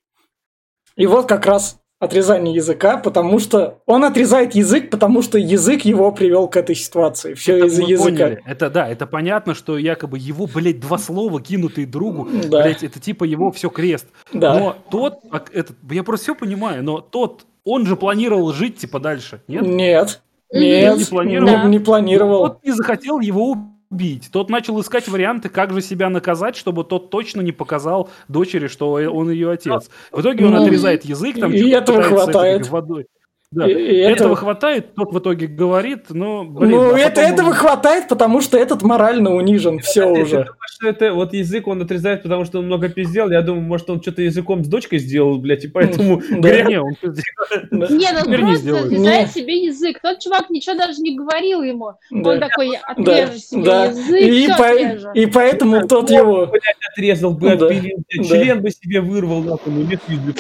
И вот как раз отрезание языка, потому что он отрезает язык, потому что язык его привел к этой ситуации. Все Это из-за мы языка. поняли. Это да, это понятно, что якобы его, блядь, два слова, кинутые другу, Да. блядь, это типа его все крест. Да. Но тот, я просто все понимаю, но тот, он же планировал жить типа дальше, нет? Нет. Мгм. Нет, Не планировал? не планировал. Тот не захотел его убить. Тот начал искать варианты, как же себя наказать, чтобы тот точно не показал дочери, что он ее отец. В итоге он Ну, отрезает язык, там и что-то этого пытается хватает. этой водой. Да. И Этого хватает, тот в итоге говорит, но, блин, Ну, а потом этого он- хватает, потому что этот морально унижен. Все Ты уже. думаешь, что это вот язык он отрезает, потому что он много пиздел? Я думаю, может, он что-то языком с дочкой сделал, блядь, и поэтому... Да. Не, он Да. Нет, он Теперь не просто сделает. отрезает Нет. себе язык. Тот чувак ничего даже не говорил ему. Да. Он такой, отрежу себе Да. язык, И, всё отрежу. и поэтому тот Блядь, его... отрезал бы, Да. отпилил, блядь, Да. член бы себе вырвал, нахуй, ну нет язык.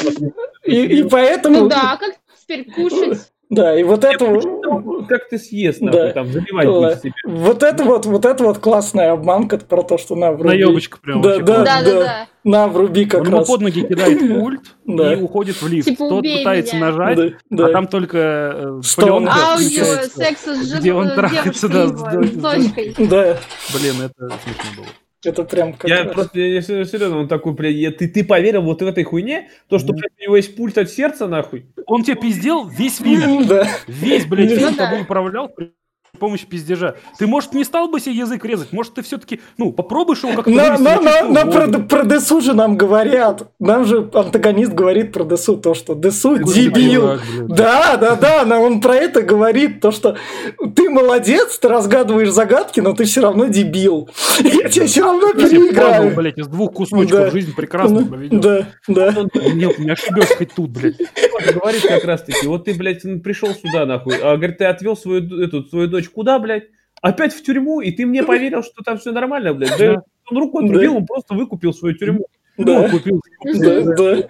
И поэтому... Ну да, а как теперь кушать? Да, и вот это... Как ты съест, Да. нахуй, там, заливать Да. будешь себе. Вот это вот классная обманка про то, что на вруби. наебочка прям Да, вообще. да, классно. Да-да-да. На вруби как Он ему раз. под ноги кидает пульт Да. и уходит в лифт. Типа, Тот убей пытается меня. нажать, Да, да. а там только Что? пленка Аудио включается. секса с где он женой, трахается, да, с с дочкой. Да, Блин, это смешно было. это прям как Я раз. просто, я серьезно, он такой, блядь, ты поверил вот в этой хуйне? То, что, блядь, у него есть пульт от сердца, нахуй? Он тебе пиздел весь фильм. Да. Весь, блядь, фильм Ну да. тобой управлял при помощи пиздежа. Ты, может, не стал бы себе язык резать? Может, ты все-таки, попробуешь его как-то вывести на чистую воду? Про Десу же нам говорят. Нам же антагонист говорит про Десу то, что Десу дебил. дурак, блин. Да, но он про это говорит, то, что ты молодец, ты разгадываешь загадки, но ты все равно дебил. Я тебя все равно Пазл, переиграю. блядь, из двух кусочков Да. жизнь прекрасно проведет. Да. Не ошибешься хоть тут, блядь. Он говорит как раз-таки, вот ты, блядь, пришел сюда, нахуй, а, говорит, ты отвел свою дочь куда, блядь? Опять в тюрьму, и ты мне поверил, что там все нормально, блядь. Да, Да. он руку отрубил, он просто выкупил свою тюрьму. Да. Купил. Да.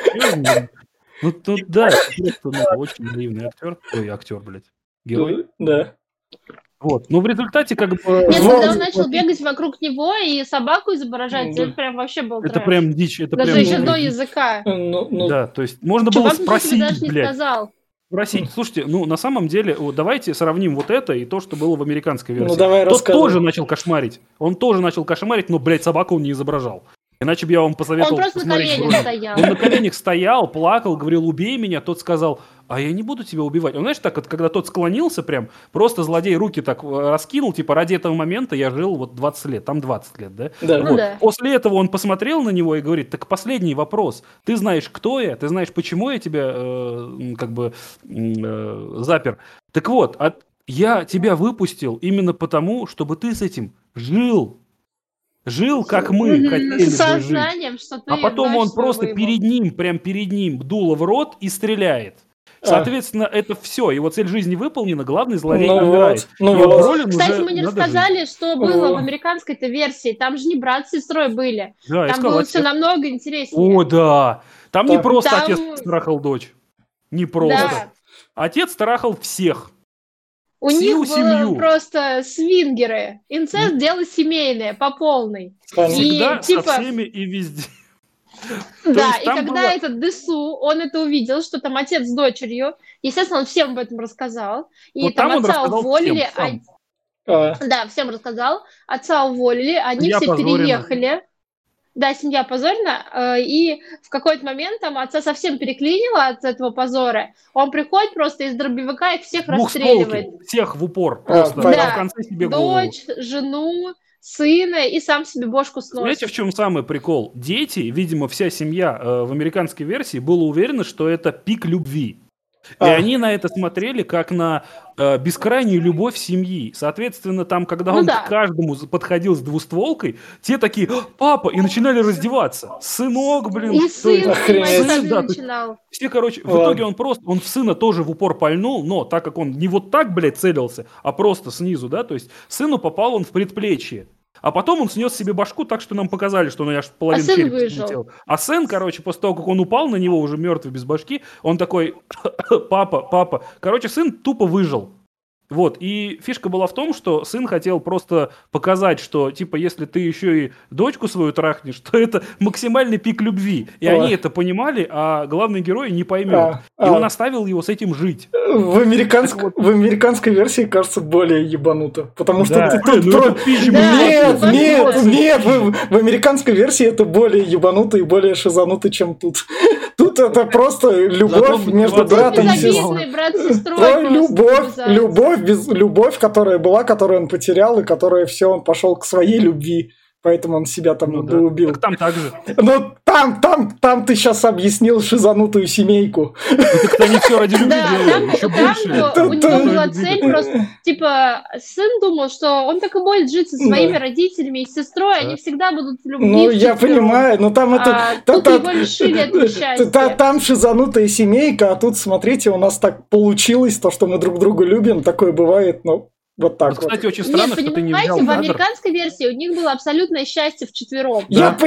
Ну, тут, да, это просто, очень наивный актер. Ой, актер, блядь. Герой. Да. Вот. Ну, в результате, как бы... Нет, Вот. когда он начал бегать вокруг него и собаку изображать, Да. это прям вообще был Это трэш. прям дичь. Это Даже прям... еще до языка. Ну, Да, то есть можно было Чувак ничего тебе даже спросить, не блядь. сказал. Спросить, слушайте, на самом деле, вот давайте сравним вот это и то, что было в американской версии. Ну, давай Тот рассказывай. тоже начал кошмарить. Он тоже начал кошмарить, но, блядь, собаку он не изображал. Иначе бы я вам посоветовал Он просто на посмотреть коленях ролик. стоял. Он на коленях стоял, плакал, говорил, убей меня. Тот сказал, а я не буду тебя убивать. Он, знаешь, так вот, когда тот склонился прям, просто злодей руки так раскинул, типа, ради этого момента я жил вот 20 лет, там 20 лет, да? Да. Вот. Ну да. После этого он посмотрел на него и говорит, так последний вопрос. Ты знаешь, кто я? Ты знаешь, почему я тебя запер? Так вот, я тебя выпустил именно потому, чтобы ты с этим жил. Жил, как мы Мгм. хотели С бы жить. сознанием, что ты А потом знаешь он свой просто выбор. прям перед ним дуло в рот и стреляет. Соответственно, это все. Его цель жизни выполнена, главный злодей Ну умирает. вот, ну И вот вот. Бролин Кстати, уже мы не надо рассказали, что было О. в американской-то версии. Там же не брат с сестрой были. жить. Да, Там искал было отец. все намного интереснее. О, да. Там не Там- просто Там- отец трахал дочь. Не просто. Да. Отец трахал всех. У них всю было семью. просто свингеры. Инцест — дело семейное, по полной. Всегда И, со типа, всеми и везде. да, есть и там когда было- этот Десу, он это увидел, что там отец с дочерью, естественно, он всем об этом рассказал. И Вот там там он отца рассказал уволили, всем, сам. да, всем рассказал. Отца уволили, они Семья все опозорена. переехали. Да, семья опозорена, и в какой-то момент там отца совсем переклинило от этого позора. Он приходит просто из дробовика и всех расстреливает. Двухстволки. Всех в упор просто. понятно. А в Да, конце себе голову. дочь, жену, сына, и сам себе бошку Знаете, в сносит. чем самый прикол? Дети, видимо, вся семья в американской версии была уверена, что это пик любви. И они на это смотрели как на бескрайнюю любовь семьи. Соответственно, там, когда Ну он да. к каждому подходил с двустволкой, те такие: папа, и начинали раздеваться. Сынок, блин. И то есть сын, понимаешь, охренеть. так же да, то есть начинал. все, короче, в Ладно. итоге он в сына тоже в упор пальнул, но так как он не вот так, блядь, целился, а просто снизу, да, то есть сыну попал он в предплечье. А потом он снес себе башку так, что нам показали, что он аж половину сын черепа выжил. слетел. А сын, короче, после того, как он упал на него, уже мертвый, без башки, он такой: папа. Короче, сын тупо выжил. Вот, и фишка была в том, что сын хотел просто показать, что, типа, если ты еще и дочку свою трахнешь, то это максимальный пик любви. И они это понимали, а главный герой не поймет. И он оставил его с этим жить. В американской версии, кажется, более ебануто. Потому что Да. тут Да, Нет, в американской версии это более ебануто и более шизануто, чем тут. Тут это просто любовь Зато между мотивация братом и безобидная. сестрой. Безобидный брат с сестрой. Любовь, которую он потерял и которая все, он пошел к своей любви. Поэтому он себя там Ну да. убил. Так там так же. Ну, там ты сейчас объяснил шизанутую семейку. Ну, так они все ради любви Да, делают. Еще больше. там у него была цель просто, типа, сын думал, что он так и будет жить со своими родителями и с сестрой, они всегда будут в любви. Ну, я понимаю, но там это... Тут его лишили этого счастья. Там шизанутая семейка, а тут, смотрите, у нас так получилось, то, что мы друг друга любим, такое бывает, но вот так Вот, вот. кстати, очень странно, Нет, что ты не понимаете, взял в кадр. американской версии у них было абсолютное счастье вчетвером.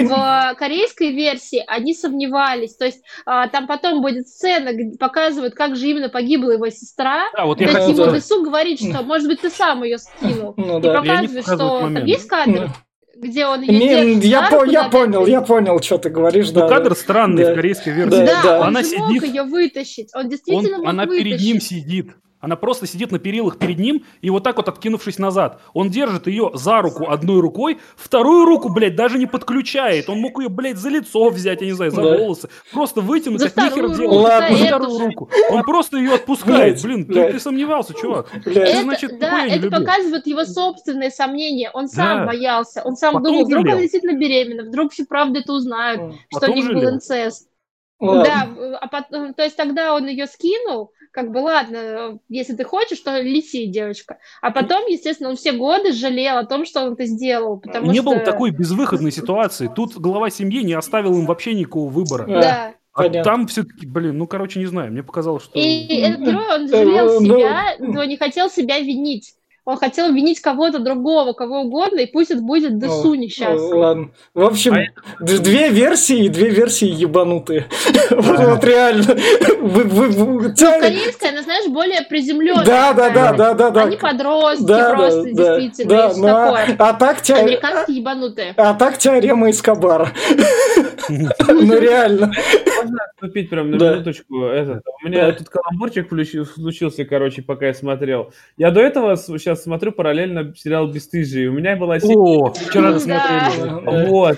Я В корейской версии они сомневались. То есть там потом будет сцена, где показывают, как же именно погибла его сестра. Да, вот И я так хотел ему сказать. Десу говорит, что, может быть, ты сам ее скинул. Ну И да. И они показывает, показывают что момент. там есть кадр, где он ее Не, держит я за руку, я понял, что ты говоришь, Ну, да. кадр странный Да. в корейской версии. Да. Да, он Она же мог сидит, ее вытащить. Он действительно мог она вытащить. перед ним сидит. Она просто сидит на перилах перед ним и вот так вот откинувшись назад. Он держит ее за руку одной рукой, вторую руку, блядь, даже не подключает. Он мог ее, блядь, за лицо взять, я не знаю, за Да. волосы. Просто вытянуть, За как нихер вторую делать. руку, Ладно. За за вторую эту же. руку. Он просто ее отпускает. Блядь, Блин, ты сомневался, чувак. Блядь. Ты, значит, нихуя не Это любил. показывает его собственные сомнения. Он сам Да. боялся. Он сам Потом думал, вдруг жалел. она действительно беременна, вдруг все правда это узнают, что Потом у них был жалел. инцест. Ладно. Да, а потом, то есть тогда он ее скинул, как бы ладно, если ты хочешь, то лети, девочка. А потом, естественно, он все годы жалел о том, что он это сделал, потому Не что... было такой безвыходной ситуации. Тут глава семьи не оставил им вообще никакого выбора. Да. А Понятно. там все-таки, блин, ну, короче, не знаю. Мне показалось, что... И этот герой, он жалел себя, но не хотел себя винить. Он хотел винить кого-то другого, кого угодно, и пусть это будет Десу несчастный. Ладно. В общем, две версии ебанутые. Вот реально. Корейская, она, знаешь, более приземленная. Да. Они подростки Да, просто, да, действительно, да, и всё ну, такое. а так Американские ебанутые. теорема Эскобара. Ну реально. Можно отступить прям на Да. минуточку? У меня тут каламбурчик случился, короче, пока я смотрел. Я до этого сейчас смотрю параллельно сериал «Бесстыжие». У меня была серия... О, вчера Да. досмотрели. Вот.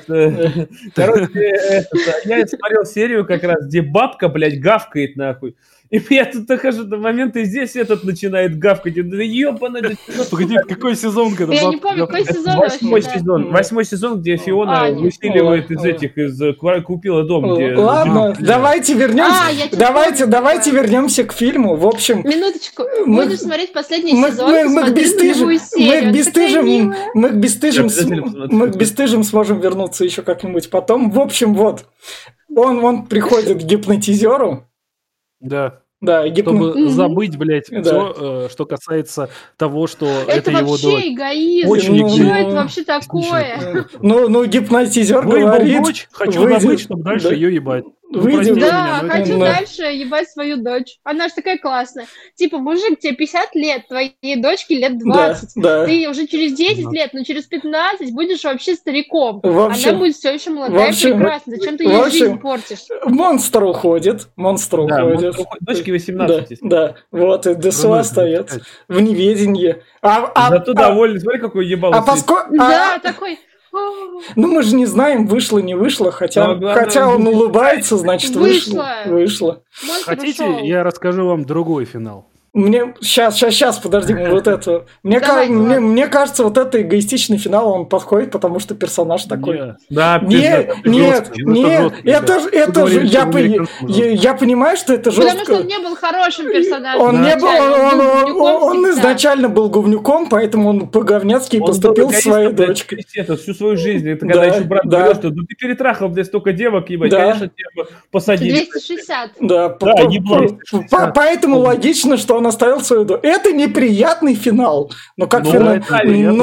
Короче, я смотрел серию как раз, где бабка, блядь, гавкает нахуй. И я тут дохожу до момента, и здесь этот начинает гавкать. Да ёбаный, Погоди, какой сезон, когда Я не бабка помню, какой гавкает? сезон вообще. Восьмой сезон, где Фиона нет. высиливает купила дом, где... Ладно, давайте вернемся. Давайте вернемся к фильму. В общем, Минуточку. Мы- Будешь смотреть последний мы сезон, к посмотри нулевую серию. Она такая милая. мы к бесстыжим сможем вернуться еще как-нибудь потом. В общем, вот. Он приходит к гипнотизеру. Да, Да, чтобы забыть, блядь, Да. все, что касается того, что это его вообще дочь. эгоизм. Очень Что эгоизм. это вообще такое? Ну, гипнотизер Твой был говорит... дочь, хочу выйдет- забыть, чтобы дальше да. ее ебать. Выйдем. Да, но это хочу не- дальше ебать свою дочь. Она же такая классная. Типа, мужик, тебе 50 лет, твоей дочке лет 20. Да. Ты уже через 10 Да. лет, но через 15 будешь вообще стариком. В общем- Она будет все еще молодая в общем- и прекрасная. Зачем ты в ей общем- жизнь портишь? Монстр уходит. Да, уходит. дочке 18. Да. Вот, и ДСУ Роман, остается блядь. в неведении. Зато довольный. Смотри, какой ебало сидит. поскольку... Да, такой... Ну, мы же не знаем, вышло, не вышло, хотя, Но главное, хотя он он улыбается, значит, вышло. Вышло. Монстр Хотите, ушел. я расскажу вам другой финал? Мне сейчас, подожди, мы вот это. Давай, ладно. Мне кажется, вот это эгоистичный финал, он подходит, потому что персонаж такой. Не. Да, Нет, жёстко, ну это жёстко, это же, Вы говорили, что в американском жёстко. я понимаю, что это Потому что жестко. он не был хорошим персонажем. Он не был, изначально, был говнюком он всегда. изначально был говнюком, поэтому он по-говняцки Он поступил был с своей эгоистом, блядь, дочкой. это всю свою жизнь. Это когда Да, еще брат да. говорил, что ну ты перетрахал, блядь, столько девок, ебать, Да. конечно, тебя посадили. 260. Да, ебло. поэтому логично, что он оставил свою дочь. Это неприятный финал. Но как Ну, финал, это приятно.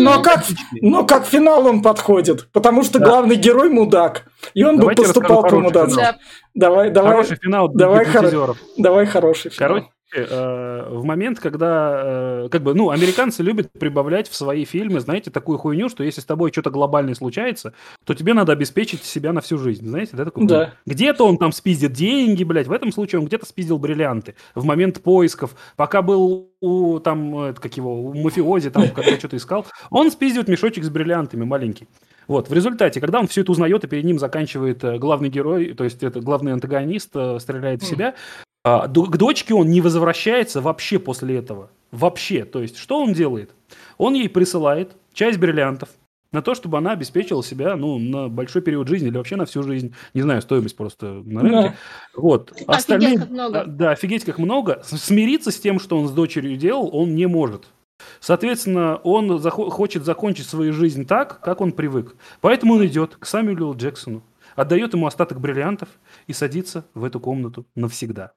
но как финал он подходит, потому что Да. главный герой мудак, и он бы Давайте поступал расскажу хороший по-мудацки. финал. Давай, Хороший финал для давай, гипнотизеров. давай хороший финал. Короче, в момент, когда, американцы любят прибавлять в свои фильмы, знаете, такую хуйню, что если с тобой что-то глобальное случается, то тебе надо обеспечить себя на всю жизнь, знаете, да, такую Да. хуйню? Где-то он там спиздит деньги, блядь, в этом случае он где-то спиздил бриллианты в момент поисков, пока был у мафиози, там, когда что-то искал, он спиздит мешочек с бриллиантами маленький. Вот, в результате, когда он все это узнает, и перед ним заканчивает главный герой, то есть это главный антагонист, стреляет в себя, к дочке он не возвращается вообще после этого. Вообще. То есть, что он делает? Он ей присылает часть бриллиантов на то, чтобы она обеспечила себя, на большой период жизни или вообще на всю жизнь. Не знаю, стоимость просто на рынке. Вот. Офигеть, как много. Да, офигеть, как много. Смириться с тем, что он с дочерью делал, он не может. Соответственно, он хочет закончить свою жизнь так, как он привык. Поэтому он идет к Сэмюэлю Джексону, отдает ему остаток бриллиантов и садится в эту комнату навсегда.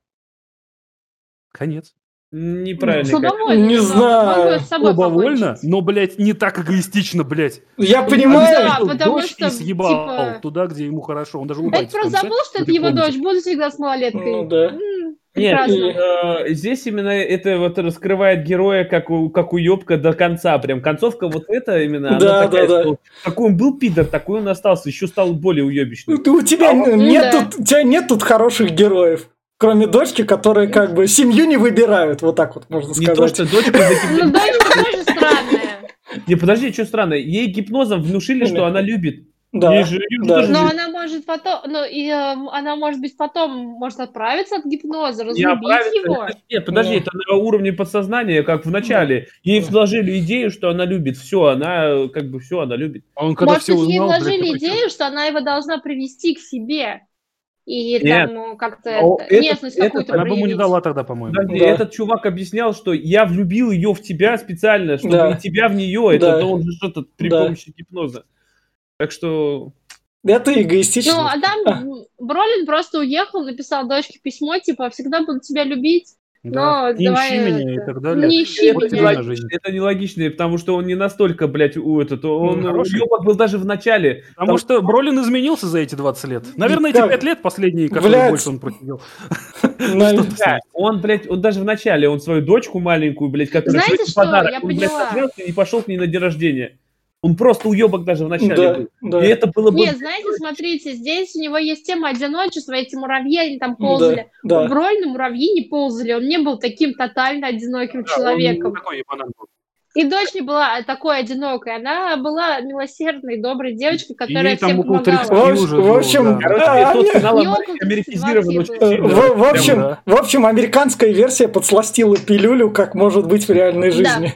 Конец. Неправильно. Слабовольно. Не немного. знаю. Мог бы с собой Слабовольно, покончить. но, блядь, не так эгоистично, блядь. Я Да, понимаю. потому дочь что, и съебал типа, туда, где ему хорошо. Он даже Это улыбается в просто конце. забыл, что в это этой его комнате. дочь. Буду всегда с малолеткой. Ну да. Нет, Прекрасно. здесь именно это вот раскрывает героя как уёбка до конца. Прям концовка вот эта именно, Да, она такая, да, да. что какой он был пидор, такой он остался, еще стал более уебищным. У тебя да. у тебя нет тут хороших героев. Кроме дочки, которые как бы семью не выбирают. Вот так вот можно Не то, сказать. что дочка Ну, дочка тоже странная. Не, подожди, что странно, ей гипнозом внушили, что она любит. Да, Ей же да. тоже Но любит. она может потом, она может быть потом может отправиться от гипноза, Не разлюбить оправится. его. Нет, подожди, Ну. это на уровне подсознания, как в начале. Ей вложили идею, что она любит. Все, она как бы все, она любит. А он когда Может все быть, ей узнал, блядь, вложили такой, идею, что она его должна привести к себе. И Нет. там как-то это- нежность это какую-то она бы ему не проявить. дала тогда, по-моему. Подожди, Да. этот чувак объяснял, что я влюбил ее в тебя специально, чтобы Да. и тебя в нее. Это Да. то он же что-то при Да. помощи гипноза. Так что... Это эгоистично. Ну, Адам Бролин просто уехал, написал дочке письмо, типа, всегда буду тебя любить, Да. но Не давай ищи меня и это, так далее. не ищи Вот меня. тебе на жизнь. Это нелогично, потому что он не настолько, блядь, он хороший. уёбок был даже в начале. Потому что Бролин изменился за эти 20 лет. Наверное, эти Как? 5 лет последние, которые Блядь. больше он просидел. На- Да, он, блядь, он даже в начале, он свою дочку маленькую, блядь, которая Знаете сегодня что? подарок, Я он, блядь, поняла. сорвался и не пошел к ней на день рождения. Он просто уебок даже в начале Да, был. да. И это было бы... Нет, знаете, смотрите, здесь у него есть тема одиночества, эти муравьи, они там ползали. Да, У да. Бролина муравьи не ползали, он не был таким тотально одиноким человеком. Такой ебанат был. И дочь не была такой одинокой, она была милосердной, доброй девочкой, которая Ей там всем около помогала. 30 уже В общем, было, да. Короче, тот финал Не около американизирован 20 очень было. сильно. В общем, да. в общем, американская версия подсластила пилюлю, как может быть в реальной жизни.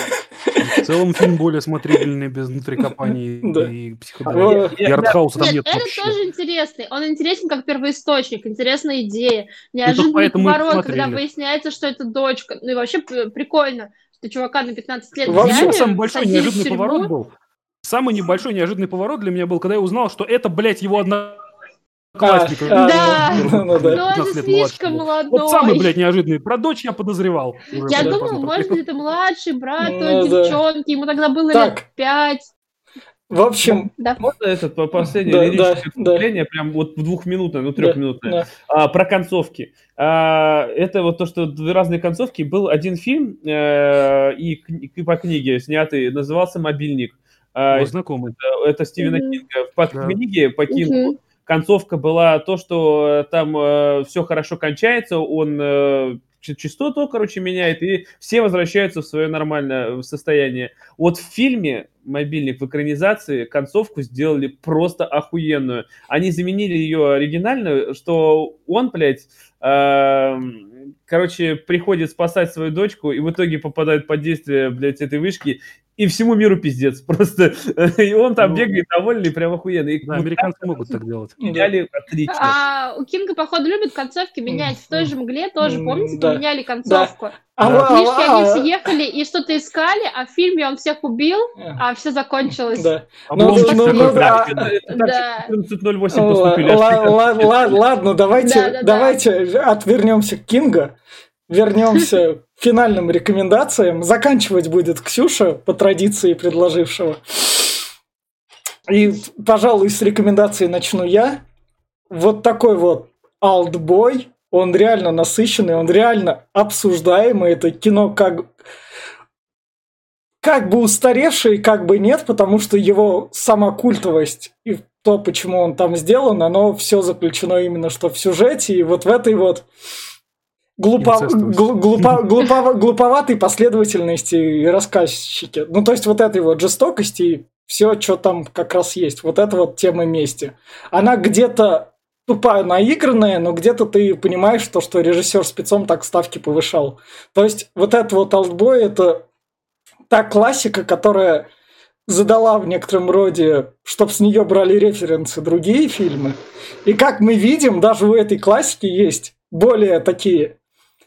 В целом фильм более смотрибельный, без внутрикопаний Да. и психоделии. Я- И артхауса там Нет, нет это вообще. тоже интересный. Он интересен как первоисточник, интересная идея, неожиданный поэтому и поворот, посмотрели. когда выясняется, что это дочка. Ну и вообще прикольно, что чувака на 15 лет Вообще, взяли, Самый большой посадили в неожиданный тюрьму. поворот был. Самый небольшой неожиданный поворот для меня был, когда я узнал, что это, блядь, его одноклассник. Да. Ну да. Но он же 15 лет слишком младше. молодой. Вот самый, блядь, неожиданный. Про дочь я подозревал. уже, Я блядь, думала, посмотрел. может быть, это младший брат Ну той да. девчонки, ему тогда было Так. лет 5. В общем, Да. Можно это последнее Да, лирическое да, вступление, прям вот двухминутное, да, трехминутное, да. про концовки. Это вот то, что две разные концовки. Был один фильм и по книге снятый, назывался «Мобильник». О, знакомый. Это Стивена Мгм. Кинга. По Да. книге, по Кингу, Мгм. концовка была то, что там все хорошо кончается, он частоту, короче, меняет, и все возвращаются в свое нормальное состояние. Вот в фильме «Мобильник» в экранизации концовку сделали просто охуенную. Они заменили ее оригинальную, что он, блядь, короче, приходит спасать свою дочку и в итоге попадает под действие, блядь, этой вышки, и всему миру пиздец. Просто и он там Ну, бегает довольный, прям охуенно. И да, вот так американцы могут так делать. меняли отлично. А у Кинга, походу, любят концовки менять. В той же «Мгле» тоже, помните, Да, поменяли да. концовку. А В Да. книжке они все ехали и что-то искали, а в фильме он всех убил, а все закончилось. Да. Обломчик такой да. прям. Это Да. так 14.08 поступили. Ладно, Да. давайте отвернемся к Кинга, вернемся к финальным рекомендациям. Заканчивать будет Ксюша, по традиции предложившего. И, пожалуй, с рекомендацией начну я. Вот такой вот «Олдбой», он реально насыщенный, он реально обсуждаемый. Это кино как бы устаревший, как бы нет, потому что его сама культовость и то, почему он там сделан, оно все заключено именно что в сюжете и вот в этой вот глуповатой последовательности и рассказчике. Ну, то есть вот этой вот жестокости и все, что там как раз есть. Вот эта вот тема мести. Она где-то тупая, наигранная, но где-то ты понимаешь то, что режиссер спецом так ставки повышал. То есть вот этот вот «Олдбой» — это та классика, которая задала в некотором роде, чтобы с нее брали референсы другие фильмы. И как мы видим, даже у этой классики есть более такие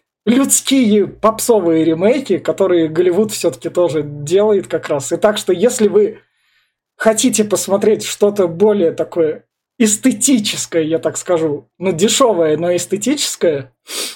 людские попсовые ремейки, которые Голливуд все-таки тоже делает как раз. И так что, если вы хотите посмотреть что-то более такое эстетическое, я так скажу, ну, дешевое, но эстетическое,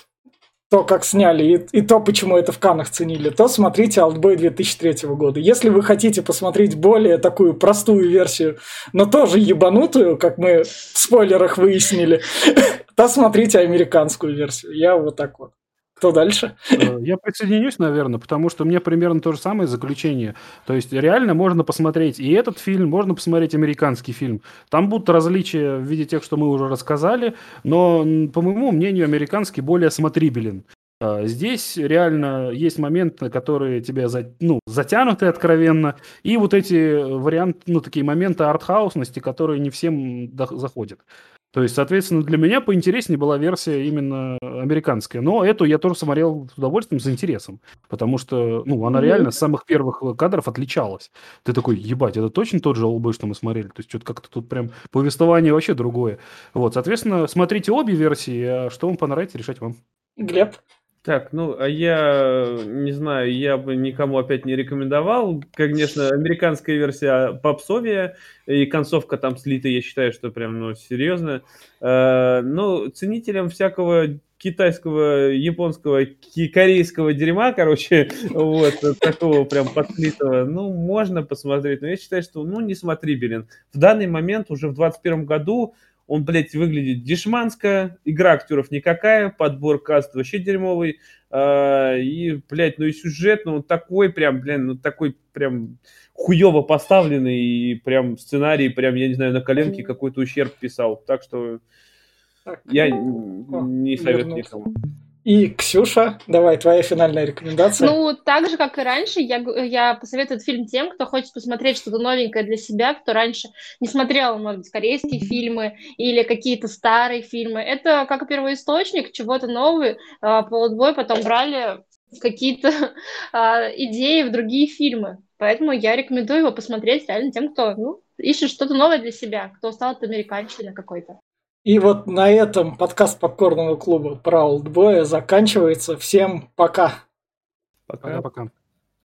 то, как сняли, и то, почему это в Каннах ценили, то смотрите «Олдбой» 2003 года. Если вы хотите посмотреть более такую простую версию, но тоже ебанутую, как мы в спойлерах выяснили, то смотрите американскую версию. Я вот так вот. Кто дальше? Я присоединюсь, наверное, потому что у меня примерно то же самое заключение. То есть реально можно посмотреть и этот фильм, можно посмотреть американский фильм. Там будут различия в виде тех, что мы уже рассказали, но, по моему мнению, американский более смотрибелен. Здесь реально есть моменты, которые тебя затянуты откровенно, и вот эти варианты, такие моменты артхаусности, которые не всем заходят. То есть, соответственно, для меня поинтереснее была версия именно американская. Но эту я тоже смотрел с удовольствием, с интересом. Потому что, она реально с самых первых кадров отличалась. Ты такой, ебать, это точно тот же «Олдбой», что мы смотрели? То есть, что-то как-то тут прям повествование вообще другое. Вот, соответственно, смотрите обе версии, а что вам понравится, решать вам. Глеб? Так, а я не знаю, я бы никому опять не рекомендовал. Конечно, американская версия попсовее, и концовка там слита, я считаю, что прям, серьезно. Но ценителям всякого китайского, японского, корейского дерьма, короче, вот, такого прям подслитого, можно посмотреть, но я считаю, что, не смотрибелен. В данный момент, уже в 2021 году, он, блядь, выглядит дешманско, игра актеров никакая, подбор каст вообще дерьмовый, и, блядь, и сюжет, он такой прям, такой прям хуёво поставленный, и прям сценарий, прям, я не знаю, на коленке какой-то ущерб писал, так что я не советую никому. И, Ксюша, давай, твоя финальная рекомендация. Так же, как и раньше, я посоветую этот фильм тем, кто хочет посмотреть что-то новенькое для себя, кто раньше не смотрел, может быть, корейские фильмы или какие-то старые фильмы. Это как первоисточник чего-то нового. По «Олдбой» потом брали какие-то идеи в другие фильмы. Поэтому я рекомендую его посмотреть реально тем, кто ищет что-то новое для себя, кто устал от американщины какой-то. И вот на этом подкаст Попкорного клуба про «Олдбоя» заканчивается. Всем пока. Пока-пока.